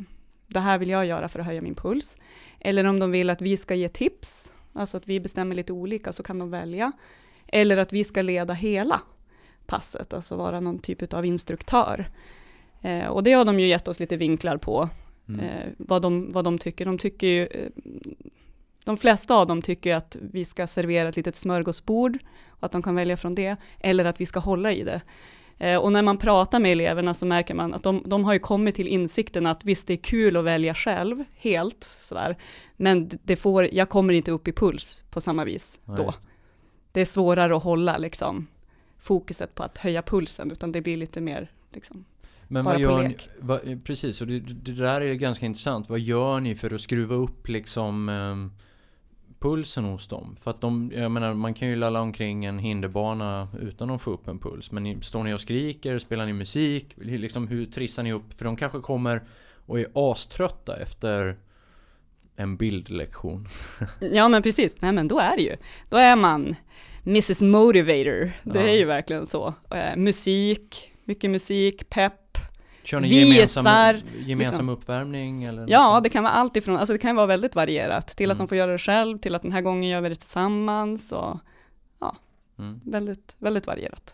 det här vill jag göra för att höja min puls. Eller om de vill att vi ska ge tips, alltså att vi bestämmer lite olika, så kan de välja. Eller att vi ska leda hela passet, alltså vara någon typ av instruktör. Eh, och det har de ju gett oss lite vinklar på, mm. eh, vad, de, vad de tycker. De tycker ju, eh, de flesta av dem tycker att vi ska servera ett litet smörgåsbord och att de kan välja från det, eller att vi ska hålla i det. Eh, och när man pratar med eleverna så märker man att de, de har ju kommit till insikten att visst, det är kul att välja själv, helt sådär, men det får, jag kommer inte upp i puls på samma vis då. Nej. Det är svårare att hålla liksom fokuset på att höja pulsen, utan det blir lite mer liksom, men bara vad gör på ni, lek. vad, precis, och det, det där är ganska intressant. Vad gör ni för att skruva upp liksom um, pulsen hos dem? För att de, jag menar, man kan ju lalla omkring en hinderbana utan att få upp en puls. Men ni, står ni och skriker, spelar ni musik? Liksom, hur trissar ni upp? För de kanske kommer och är aströtta efter en bildlektion. Ja, men precis. Nej, men då är det ju. Då är man missus Motivator. Det ja. är ju verkligen så. Eh, musik, mycket musik, pepp. Kör ni visar, gemensam, gemensam liksom. uppvärmning? Eller ja, något? Det kan vara allt ifrån, alltså det kan vara väldigt varierat. Till mm. att de får göra det själv, till att den här gången gör vi det tillsammans. Och, ja, mm. väldigt, väldigt varierat.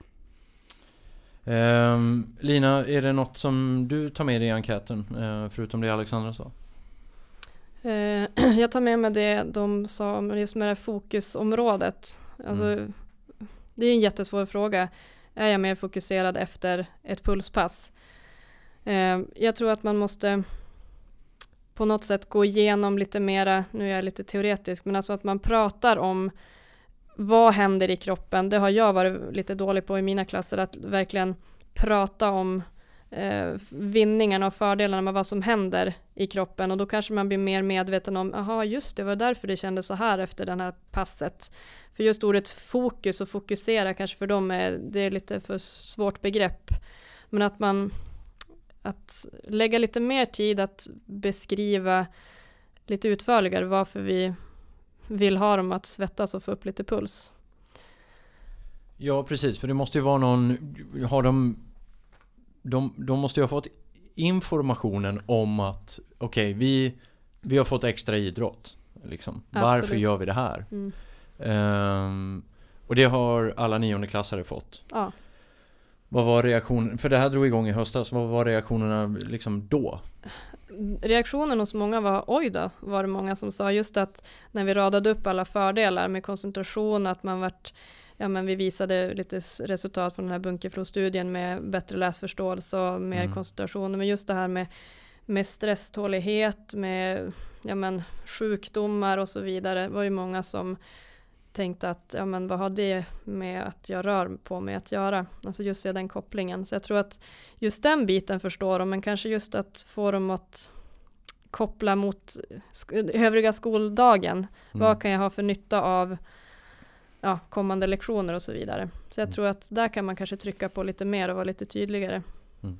Um, Lina, är det något som du tar med dig i enkäten, uh, förutom det Alexandra sa? Uh, jag tar med mig det de sa om just med det här fokusområdet. Alltså, mm. Det är en jättesvår fråga. Är jag mer fokuserad efter ett pulspass? Uh, jag tror att man måste på något sätt gå igenom lite mera, nu är jag lite teoretisk, men alltså att man pratar om vad händer i kroppen. Det har jag varit lite dålig på i mina klasser, att verkligen prata om eh, vinningarna och fördelarna med vad som händer i kroppen. Och då kanske man blir mer medveten om, aha, just det, var därför det kändes så här efter det här passet. För just ordet fokus och fokusera kanske för dem är, det är lite för svårt begrepp. Men att man att lägga lite mer tid att beskriva lite utförligare varför vi vill ha dem att svettas och få upp lite puls. Ja, precis. För det måste ju vara någon... Har de, de, de måste ju ha fått informationen om att okej, okay, vi, vi har fått extra idrott. Liksom. Varför gör vi det här? Mm. Um, och det har alla niondeklassare fått. Ja. Vad var reaktionen? För det här drog igång i höstas. Vad var reaktionerna liksom då? Reaktionen hos många var, oj då, var det många som sa, just att när vi radade upp alla fördelar med koncentration, att man vart, ja men vi visade lite resultat från den här Bunkeflo-studien med bättre läsförståelse och mer mm. koncentration, men just det här med, med stresstålighet, med ja men sjukdomar och så vidare, var ju många som tänkte att, ja men vad har det med att jag rör på mig att göra? Alltså just den kopplingen. Så jag tror att just den biten förstår de, men kanske just att få dem att koppla mot sk- övriga skoldagen. Mm. Vad kan jag ha för nytta av ja, kommande lektioner och så vidare. Så jag mm. tror att där kan man kanske trycka på lite mer och vara lite tydligare. Mm.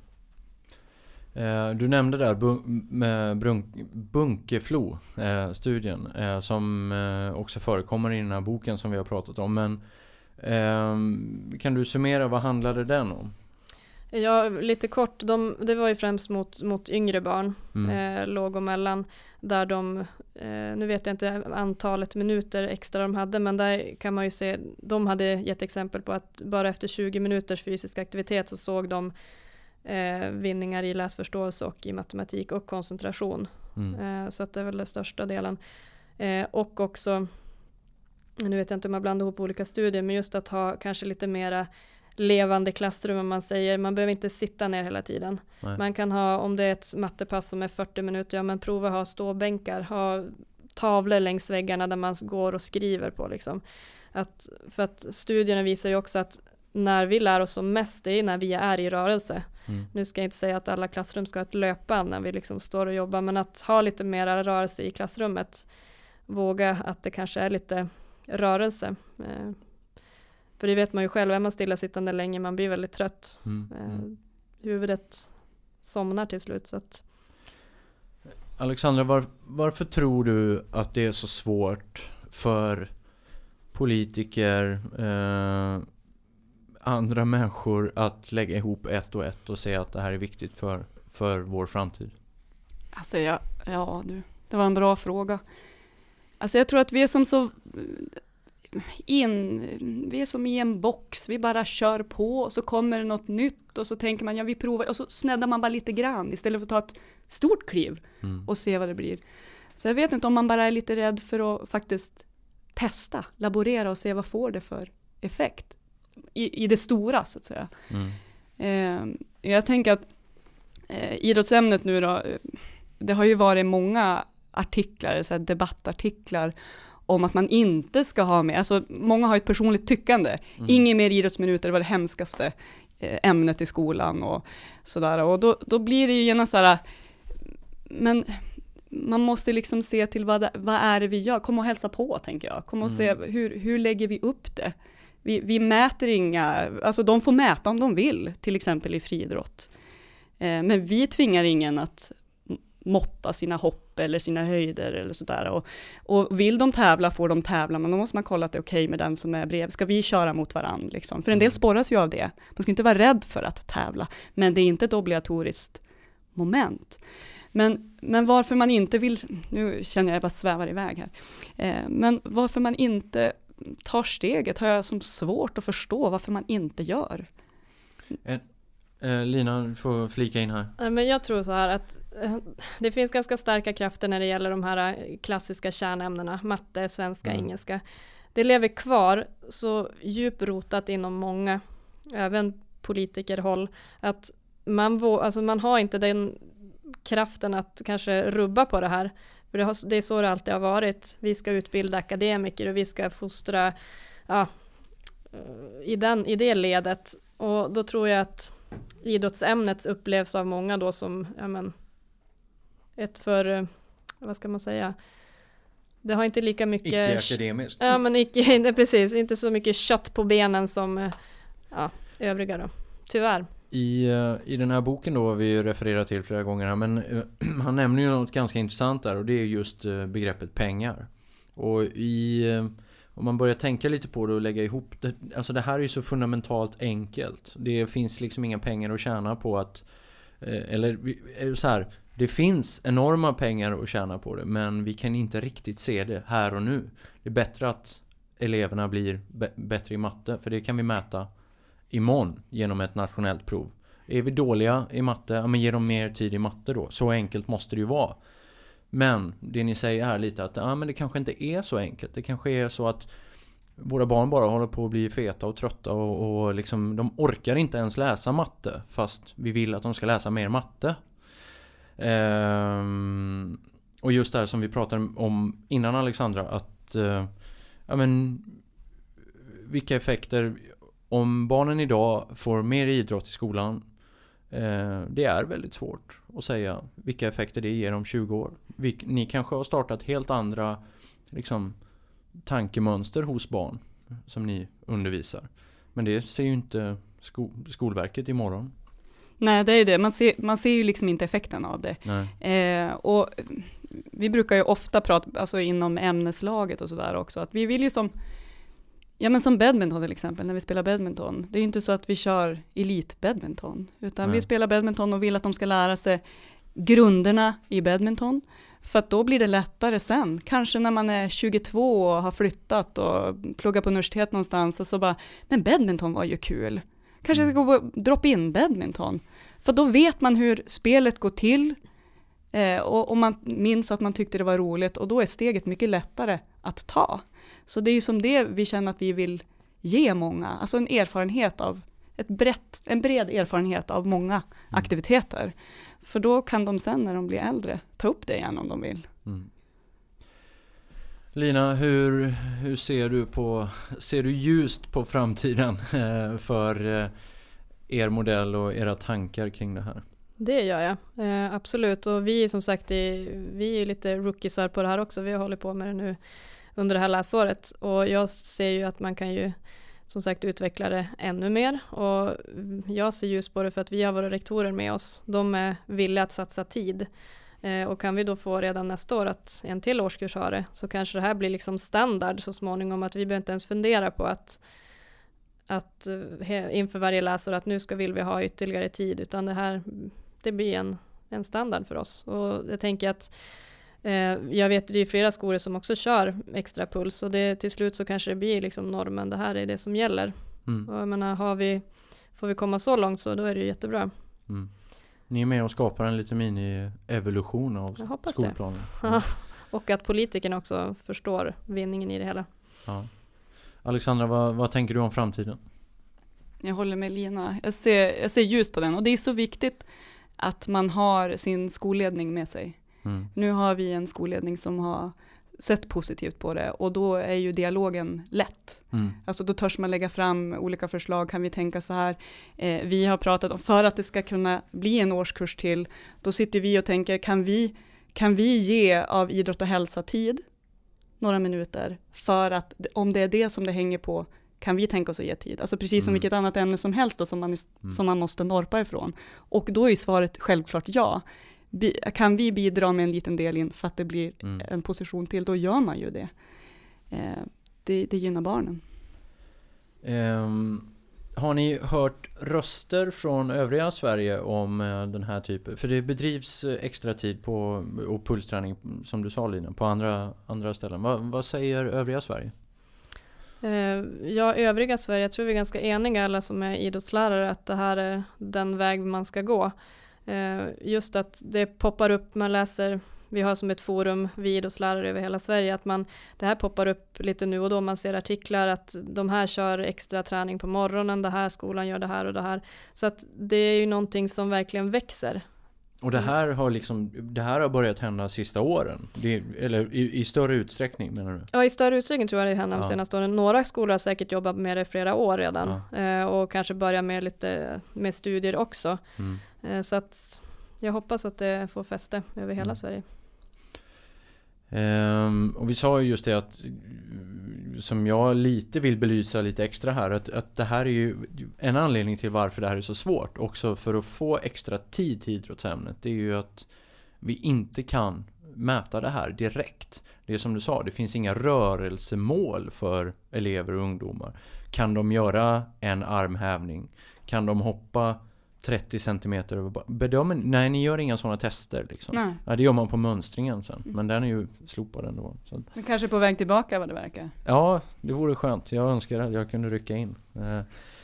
Eh, du nämnde där bun- med brunk- Bunkeflo-studien eh, som eh, också förekommer i den här boken som vi har pratat om. Men eh, kan du summera, vad handlade den om? Ja, lite kort. De, det var ju främst mot, mot yngre barn, mm. eh, låg och mellan. Där de, eh, nu vet jag inte antalet minuter extra de hade, men där kan man ju se, de hade gett exempel på att bara efter tjugo minuters fysisk aktivitet så såg de Eh, vinningar i läsförståelse och i matematik och koncentration. Mm. Eh, så att det är väl den största delen. Eh, och också, nu vet jag inte om man blandar ihop olika studier, men just att ha kanske lite mera levande klassrum, om man säger. Man behöver inte sitta ner hela tiden. Nej. Man kan ha, om det är ett mattepass som är fyrtio minuter, ja men prova ha ståbänkar, ha tavlor längs väggarna där man går och skriver på liksom. Att, för att studierna visar ju också att när vi lär oss som mest, det är när vi är i rörelse. Mm. Nu ska jag inte säga att alla klassrum ska ha ett löpband när vi liksom står och jobbar, men att ha lite mer rörelse i klassrummet. Våga att det kanske är lite rörelse. Eh, för det vet man ju själv, är man stillasittande länge, man blir väldigt trött. Mm. Eh, huvudet somnar till slut. Så att... Alexandra, var, varför tror du att det är så svårt för politiker, eh, andra människor att lägga ihop ett och ett och säga att det här är viktigt för, för vår framtid? Alltså jag, ja du, det var en bra fråga. Alltså jag tror att vi är som så in, vi är som i en box, vi bara kör på och så kommer det något nytt och så tänker man, ja vi provar, och så snäddar man bara lite grann istället för att ta ett stort kliv mm. och se vad det blir. Så jag vet inte om man bara är lite rädd för att faktiskt testa, laborera och se vad får det för effekt i, i det stora så att säga. Mm. Eh, jag tänker att eh, idrottsämnet nu då, det har ju varit många artiklar, så här debattartiklar om att man inte ska ha med, alltså många har ett personligt tyckande, mm. ingen mer idrottsminuter, det var det hemskaste eh, ämnet i skolan och sådär, och då, då blir det ju gärna så här, men man måste liksom se till vad, det, vad är det vi gör, kom och hälsa på tänker jag, kom och mm. se hur, hur lägger vi upp det, vi, vi mäter inga, alltså de får mäta om de vill, till exempel i friidrott, eh, men vi tvingar ingen att måtta sina hopp eller sina höjder eller sådär. Och, och vill de tävla får de tävla, men då måste man kolla att det är okej med den som är bredvid. Ska vi köra mot varandra? Liksom? För en del spåras ju av det. Man ska inte vara rädd för att tävla, men det är inte ett obligatoriskt moment. Men, men varför man inte vill, nu känner jag bara svävar iväg här, eh, men varför man inte tar steget har jag som svårt att förstå varför man inte gör. Eh, eh, Lina, du får flika in här. Men jag tror så här att det finns ganska starka krafter när det gäller de här klassiska kärnämnena, matte, svenska, mm. engelska. Det lever kvar så djuprotat inom många, även politikerhåll, att man, vå- alltså man har inte den kraften att kanske rubba på det här. För det, har, det är så det alltid har varit. Vi ska utbilda akademiker och vi ska fostra ja, i, den, i det ledet. Och då tror jag att idrottsämnet upplevs av många då som ja men, ett för, vad ska man säga, det har inte lika mycket icke-akademiskt. Ja men icke, precis, inte så mycket kött på benen som ja, övriga då, tyvärr. I, I den här boken då har vi refererat till flera gånger här, men uh, han nämner ju något ganska intressant där, och det är just uh, begreppet pengar. Och i, uh, om man börjar tänka lite på det och lägga ihop det, alltså det här är ju så fundamentalt enkelt. Det finns liksom inga pengar att tjäna på att, uh, eller så här, det finns enorma pengar att tjäna på det, men vi kan inte riktigt se det här och nu. Det är bättre att eleverna blir b- bättre i matte, för det kan vi mäta imorgon genom ett nationellt prov. Är vi dåliga i matte, ja men ge dem mer tid i matte då. Så enkelt måste det ju vara. Men det ni säger här lite att ja, men det kanske inte är så enkelt. Det kanske är så att våra barn bara håller på att bli feta och trötta och, och liksom, de orkar inte ens läsa matte, fast vi vill att de ska läsa mer matte. Ehm, och just det här som vi pratade om innan, Alexandra, att eh, ja men vilka effekter om barnen idag får mer idrott i skolan, eh, det är väldigt svårt att säga vilka effekter det ger om tjugo år. Vi, ni kanske har startat helt andra liksom, tankemönster hos barn som ni undervisar. Men det ser ju inte sko- Skolverket imorgon. Nej, det är det. Man ser, man ser ju liksom inte effekten av det. Eh, och vi brukar ju ofta prata, alltså inom ämneslaget och sådär också, att vi vill ju som Ja men som badminton till exempel, när vi spelar badminton. Det är ju inte så att vi kör elitbadminton, utan Nej. vi spelar badminton och vill att de ska lära sig grunderna i badminton. För att då blir det lättare sen. Kanske när man är tjugotvå och har flyttat och pluggar på universitet någonstans och så bara, men badminton var ju kul. Kanske jag ska gå och droppa in badminton. För då vet man hur spelet går till. Eh, och, och man minns att man tyckte det var roligt, och då är steget mycket lättare att ta. Så det är ju som det vi känner att vi vill ge många, alltså en erfarenhet av ett brett, en bred erfarenhet av många mm. aktiviteter. För då kan de sen när de blir äldre ta upp det igen om de vill. Mm. Lina, hur, hur ser du på, ser du ljust på framtiden för er modell och era tankar kring det här? Det gör jag, eh, absolut. Och vi som sagt, är, vi är lite rookiesar på det här också. Vi har hållit på med det nu under det här läsåret. Och jag ser ju att man kan ju som sagt utveckla det ännu mer. Och jag ser ljus på det för att vi har våra rektorer med oss. De är villiga att satsa tid. Eh, och kan vi då få redan nästa år att en till årskurs har det, så kanske det här blir liksom standard så småningom, att vi behöver inte ens fundera på att att inför varje läsår att nu ska vill vi ha ytterligare tid, utan det här det blir en, en standard för oss. Och jag tänker att eh, jag vet att det är flera skolor som också kör extra puls och det, till slut så kanske det blir liksom normen, det här är det som gäller. Mm. Och jag menar, har vi, får vi komma så långt så då är det ju jättebra. Mm. Ni är med och skapar en liten mini-evolution av skolplanen. Mm. Och att politikerna också förstår vinningen i det hela. Ja. Alexandra, vad, vad tänker du om framtiden? Jag håller med Lina. Jag ser, jag ser ljus på den. Och det är så viktigt att man har sin skolledning med sig. Mm. Nu har vi en skolledning som har sett positivt på det. Och då är ju dialogen lätt. Mm. Alltså då törs man lägga fram olika förslag. Kan vi tänka så här? Eh, vi har pratat om, för att det ska kunna bli en årskurs till. Då sitter vi och tänker, kan vi, kan vi ge av idrott och hälsa tid? Några minuter. För att om det är det som det hänger på, kan vi tänka oss att ge tid? Alltså precis som mm. vilket annat ämne som helst då, som, man, mm. som man måste norpa ifrån. Och då är svaret självklart ja. Bi- kan vi bidra med en liten del in för att det blir mm. en position till, då gör man ju det. Eh, det, det gynnar barnen. Um, har ni hört röster från övriga Sverige om uh, den här typen? För det bedrivs uh, extra tid på, och pulsträning, som du sa Lina, på andra, andra ställen. Va, vad säger övriga Sverige? Ja, övriga Sverige, jag tror vi är ganska eniga alla som är idrottslärare att det här är den väg man ska gå. Just att det poppar upp, man läser, vi har som ett forum, vi idrottslärare över hela Sverige, att man, det här poppar upp lite nu och då, man ser artiklar att de här kör extra träning på morgonen, det här skolan gör det här och det här. Så att det är ju någonting som verkligen växer. Och det här har liksom, det här har börjat hända sista åren, det, eller i, i större utsträckning menar du? Ja, i större utsträckning tror jag det händer de ja. senaste åren. Några skolor har säkert jobbat med det flera år redan ja. eh, och kanske börjar med lite med studier också. Mm. Eh, så att jag hoppas att det får fäste över hela mm. Sverige. Um, och vi sa ju just det att, som jag lite vill belysa lite extra här, att, att det här är ju en anledning till varför det här är så svårt också för att få extra tid till idrottsämnet. Det är ju att vi inte kan mäta det här direkt. Det är som du sa, det finns inga rörelsemål för elever och ungdomar. Kan de göra en armhävning? Kan de hoppa trettio centimeter över bedömen? Nej, ni gör inga sådana tester liksom. Nej. Ja, det gör man på mönstringen sen. Men den är ju slopad ändå. Så. Men kanske på väg tillbaka vad det verkar. Ja, det vore skönt. Jag önskar att jag kunde rycka in. Eh,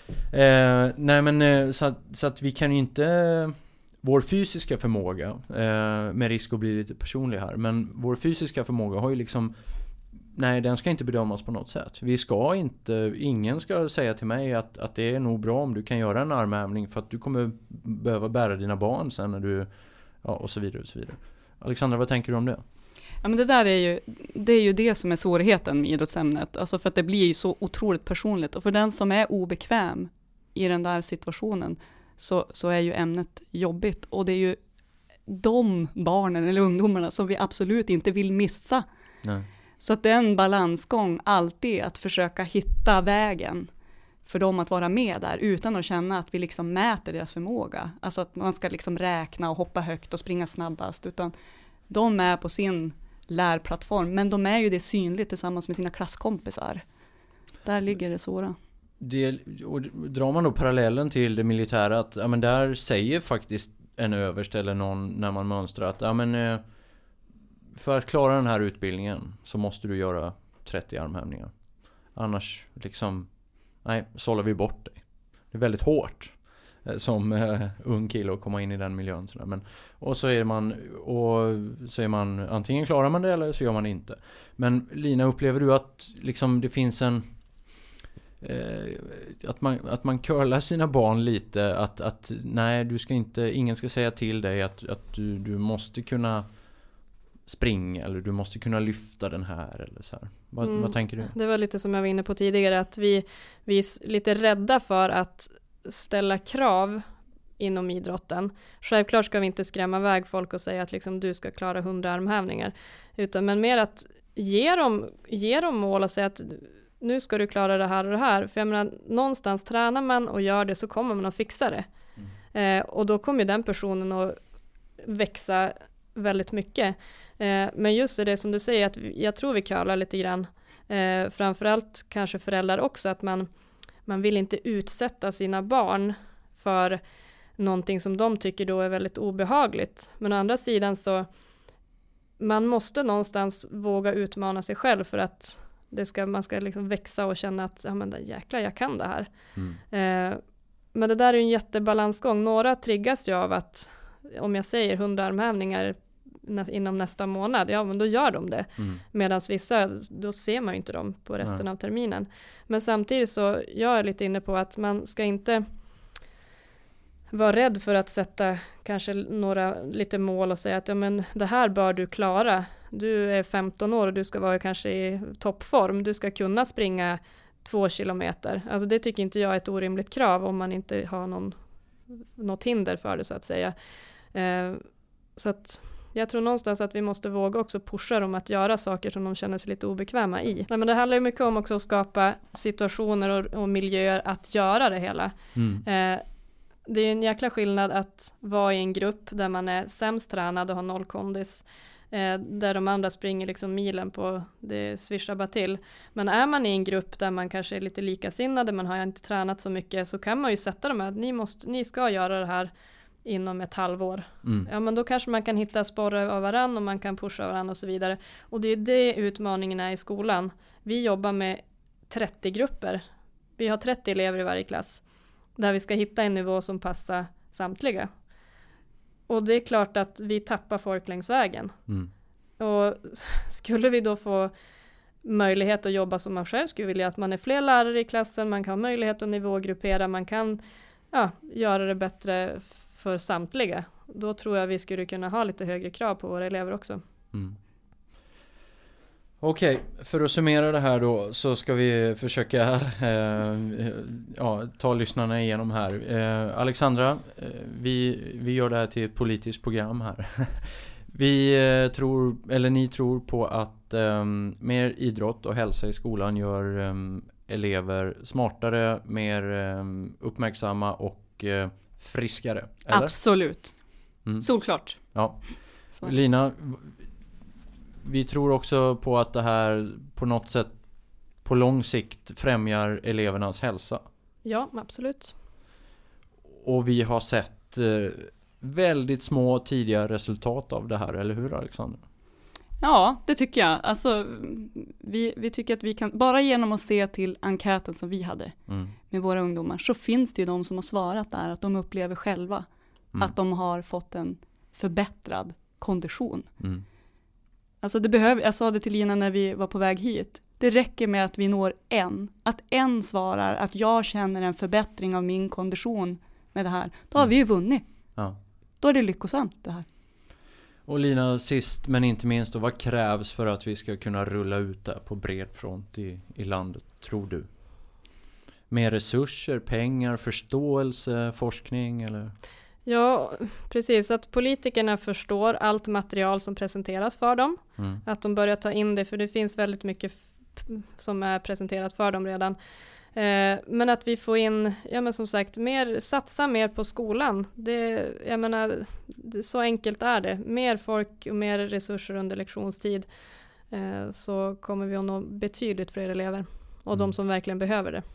eh, nej men eh, så, att, så att vi kan ju inte vår fysiska förmåga eh, med risk att bli lite personlig här, men vår fysiska förmåga har ju liksom nej, den ska inte bedömas på något sätt. Vi ska inte, ingen ska säga till mig att, att det är nog bra om du kan göra en armhävning för att du kommer behöva bära dina barn sen när du, ja, och så vidare och så vidare. Alexandra, vad tänker du om det? Ja, men det där är ju det, är ju det som är svårigheten med idrottsämnet. Alltså för att det blir ju så otroligt personligt. Och för den som är obekväm i den där situationen så, så är ju ämnet jobbigt. Och det är ju de barnen eller ungdomarna som vi absolut inte vill missa. Nej. Så att det är en balansgång alltid att försöka hitta vägen för dem att vara med där utan att känna att vi liksom mäter deras förmåga. Alltså att man ska liksom räkna och hoppa högt och springa snabbast, utan de är på sin lärplattform, men de är ju det synligt tillsammans med sina klasskompisar. Där ligger det svåra. Det, och drar man då parallellen till det militära att ja, men där säger faktiskt en överst eller någon när man mönstrar att ja, men, för att klara den här utbildningen så måste du göra trettio armhävningar. Annars liksom, nej, sållar vi bort dig. Det är väldigt hårt som uh, ung kille att komma in i den miljön. Sådär. Men, och så är man och så är man antingen klarar man det eller så gör man det inte. Men Lina, upplever du att liksom det finns en eh, att man att man curlar sina barn lite att att nej, du ska inte, ingen ska säga till dig att att du du måste kunna springa eller du måste kunna lyfta den här eller så här. Vad, mm. vad tänker du? Det var lite som jag var inne på tidigare att vi vi är lite rädda för att ställa krav inom idrotten. Självklart ska vi inte skrämma iväg folk och säga att liksom, du ska klara hundra armhävningar. Utan, men mer att ge dem, ge dem mål och säga att nu ska du klara det här och det här. För jag menar, någonstans tränar man och gör det så kommer man att fixa det. Mm. Eh, och då kommer ju den personen att växa väldigt mycket. Eh, men just det som du säger, att jag tror vi curlar lite grann. Eh, framförallt kanske föräldrar också, att man Man vill inte utsätta sina barn för någonting som de tycker då är väldigt obehagligt. Men å andra sidan så man måste någonstans våga utmana sig själv för att det ska, man ska liksom växa och känna att ja, men jäklar, jag kan det här. Mm. Eh, men det där är ju en jättebalansgång. Några triggas ju av att om jag säger hundra armhävningar nä- inom nästa månad, ja men då gör de det. Mm. Medan vissa, då ser man ju inte dem på resten Nej. Av terminen. Men samtidigt så jag är lite inne på att man ska inte vara rädd för att sätta kanske några lite mål och säga att ja, men det här bör du klara. Du är femton år och du ska vara kanske i toppform. Du ska kunna springa två kilometer. Alltså det tycker inte jag är ett orimligt krav om man inte har någon, något hinder för det så att säga. Eh, så att jag tror någonstans att vi måste våga också pusha dem att göra saker som de känner sig lite obekväma i. Nej, men det handlar ju mycket om också att skapa situationer och, och miljöer att göra det hela. Mm. Eh, det är en jäkla skillnad att vara i en grupp där man är sämst tränad och har noll kondis. Eh, där de andra springer liksom milen på det svischar bara till. Men är man i en grupp där man kanske är lite likasinnade, man har inte tränat så mycket, så kan man ju sätta dem att ni, måste, ni ska göra det här inom ett halvår. Mm. Ja, men då kanske man kan hitta sporrar av varann och man kan pusha varann och så vidare. Och det är det utmaningen är i skolan. Vi jobbar med trettio grupper. Vi har trettio elever i varje klass. Där vi ska hitta en nivå som passar samtliga. Och det är klart att vi tappar folk längs vägen. Mm. Och skulle vi då få möjlighet att jobba som man själv skulle vilja, att man är fler lärare i klassen, man kan ha möjlighet att nivågruppera, man kan ja, göra det bättre för samtliga. Då tror jag vi skulle kunna ha lite högre krav på våra elever också. Mm. Okej, för att summera det här då så ska vi försöka eh, ja, ta lyssnarna igenom här. Eh, Alexandra, eh, vi, vi gör det här till ett politiskt program här. Vi eh, tror, eller ni tror på att eh, mer idrott och hälsa i skolan gör eh, elever smartare, mer eh, uppmärksamma och eh, friskare, eller? Absolut. Mm. Solklart. Ja. Lina, vi tror också på att det här på något sätt på lång sikt främjar elevernas hälsa. Ja, absolut. Och vi har sett eh, väldigt små tidiga resultat av det här, eller hur Alexander? Ja, det tycker jag. Alltså, vi, vi tycker att vi kan, bara genom att se till enkäten som vi hade mm. med våra ungdomar, så finns det ju de som har svarat där att de upplever själva mm. att de har fått en förbättrad kondition. Mm. Alltså det behöver, jag sa det till Lina när vi var på väg hit. Det räcker med att vi når en. Att en svarar att jag känner en förbättring av min kondition med det här. Då har mm. vi ju vunnit. Ja. Då är det lyckosamt det här. Och Lina, sist men inte minst, då, vad krävs för att vi ska kunna rulla ut det på bred front i, i landet, tror du? Mer resurser, pengar, förståelse, forskning eller? Ja, precis. Att politikerna förstår allt material som presenteras för dem. Mm. Att de börjar ta in det, för det finns väldigt mycket f- som är presenterat för dem redan. Eh, men att vi får in, ja men som sagt, mer, satsa mer på skolan. Det, jag menar, det, så enkelt är det. Mer folk och mer resurser under lektionstid. Eh, så kommer vi att nå betydligt fler elever. Och mm. de som verkligen behöver det.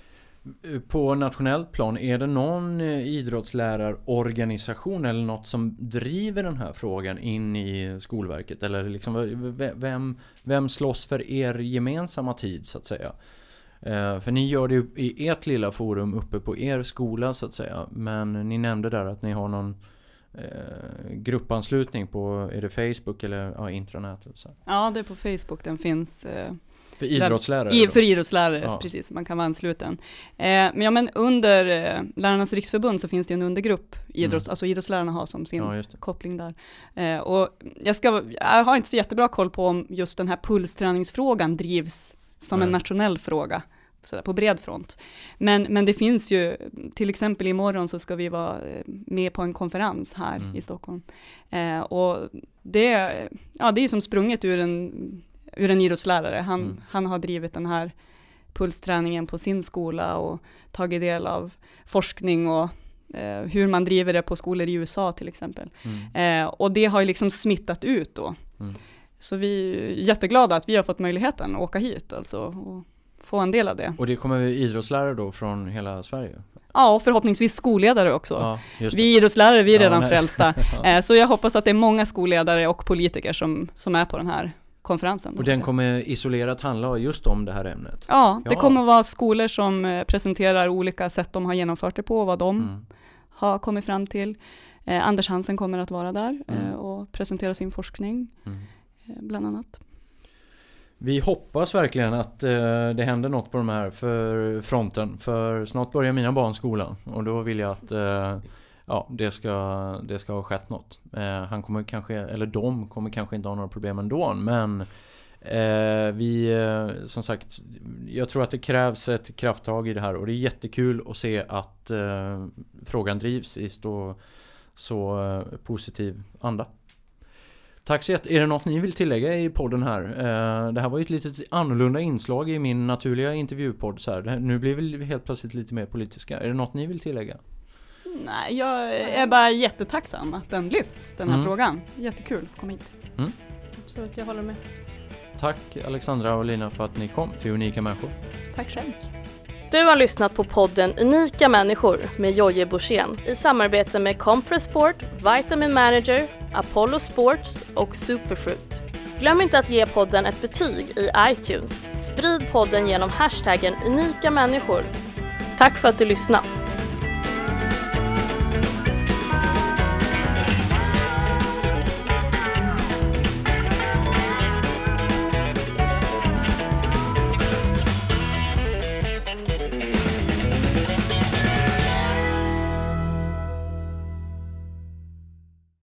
På nationellt plan, är det någon idrottslärarorganisation eller något som driver den här frågan in i Skolverket? Eller liksom, vem, vem slåss för er gemensamma tid så att säga? Eh, för ni gör det ju i ert lilla forum uppe på er skola så att säga. Men ni nämnde där att ni har någon eh, gruppanslutning på, är det Facebook eller ja, intranät? Eller så? Ja, det är på Facebook den finns. Eh För idrottslärare? I, för idrottslärare, ja. Precis. Man kan vara ansluten. Eh, men, ja, men under eh, Lärarnas riksförbund så finns det en undergrupp. Idrotts, mm. Alltså idrottslärarna har som sin ja, koppling där. Eh, och jag, ska, jag har inte så jättebra koll på om just den här pulsträningsfrågan drivs som Nej. En nationell fråga. Sådär, på bred front. Men, men det finns ju, till exempel imorgon så ska vi vara med på en konferens här mm. i Stockholm. Eh, och det, ja, det är ju som sprunget ur en... ur en idrottslärare. Han, mm. han har drivit den här pulsträningen på sin skola och tagit del av forskning och eh, hur man driver det på skolor i U S A till exempel. Mm. Eh, och det har ju liksom smittat ut då. Mm. Så vi är jätteglada att vi har fått möjligheten att åka hit alltså, och få en del av det. Och det kommer idrottslärare då från hela Sverige? Ja, och förhoppningsvis skolledare också. Ja, just det. Vi idrottslärare, vi är Ja, redan nej. frälsta. Ja. Eh, Så jag hoppas att det är många skolledare och politiker som, som är på den här konferensen. Och den kommer isolerat handla just om det här ämnet? Ja, det Ja. kommer att vara skolor som eh, presenterar olika sätt de har genomfört det på och vad de Mm. har kommit fram till. Eh, Anders Hansen kommer att vara där eh, Mm. och presentera sin forskning, Mm. eh, bland annat. Vi hoppas verkligen att eh, det händer något på de här för fronten, för snart börjar mina barn skolan och då vill jag att eh, ja, det ska, det ska ha skett något. Eh, han kommer kanske, eller de kommer kanske inte ha några problem ändå, men eh, vi, eh, som sagt, jag tror att det krävs ett krafttag i det här och det är jättekul att se att eh, frågan drivs i så, så eh, positiv anda. Tack så jättemycket. Är det något ni vill tillägga i podden här? Eh, det här var ju ett litet annorlunda inslag i min naturliga intervjupodd. Så här. Det här, nu blir vi helt plötsligt lite mer politiska. Är det något ni vill tillägga? Nej, jag är bara jättetacksam att den lyfts, den här Mm. frågan. Jättekul att få komma hit. Mm. Absolut, jag håller med. Tack Alexandra och Lina för att ni kom till Unika Människor. Tack själv. Du har lyssnat på podden Unika Människor med Jojje Borssén i samarbete med Compressport, Vitamin Manager, Apollo Sports och Superfruit. Glöm inte att ge podden ett betyg i iTunes. Sprid podden genom hashtaggen Unika Människor. Tack för att du lyssnat!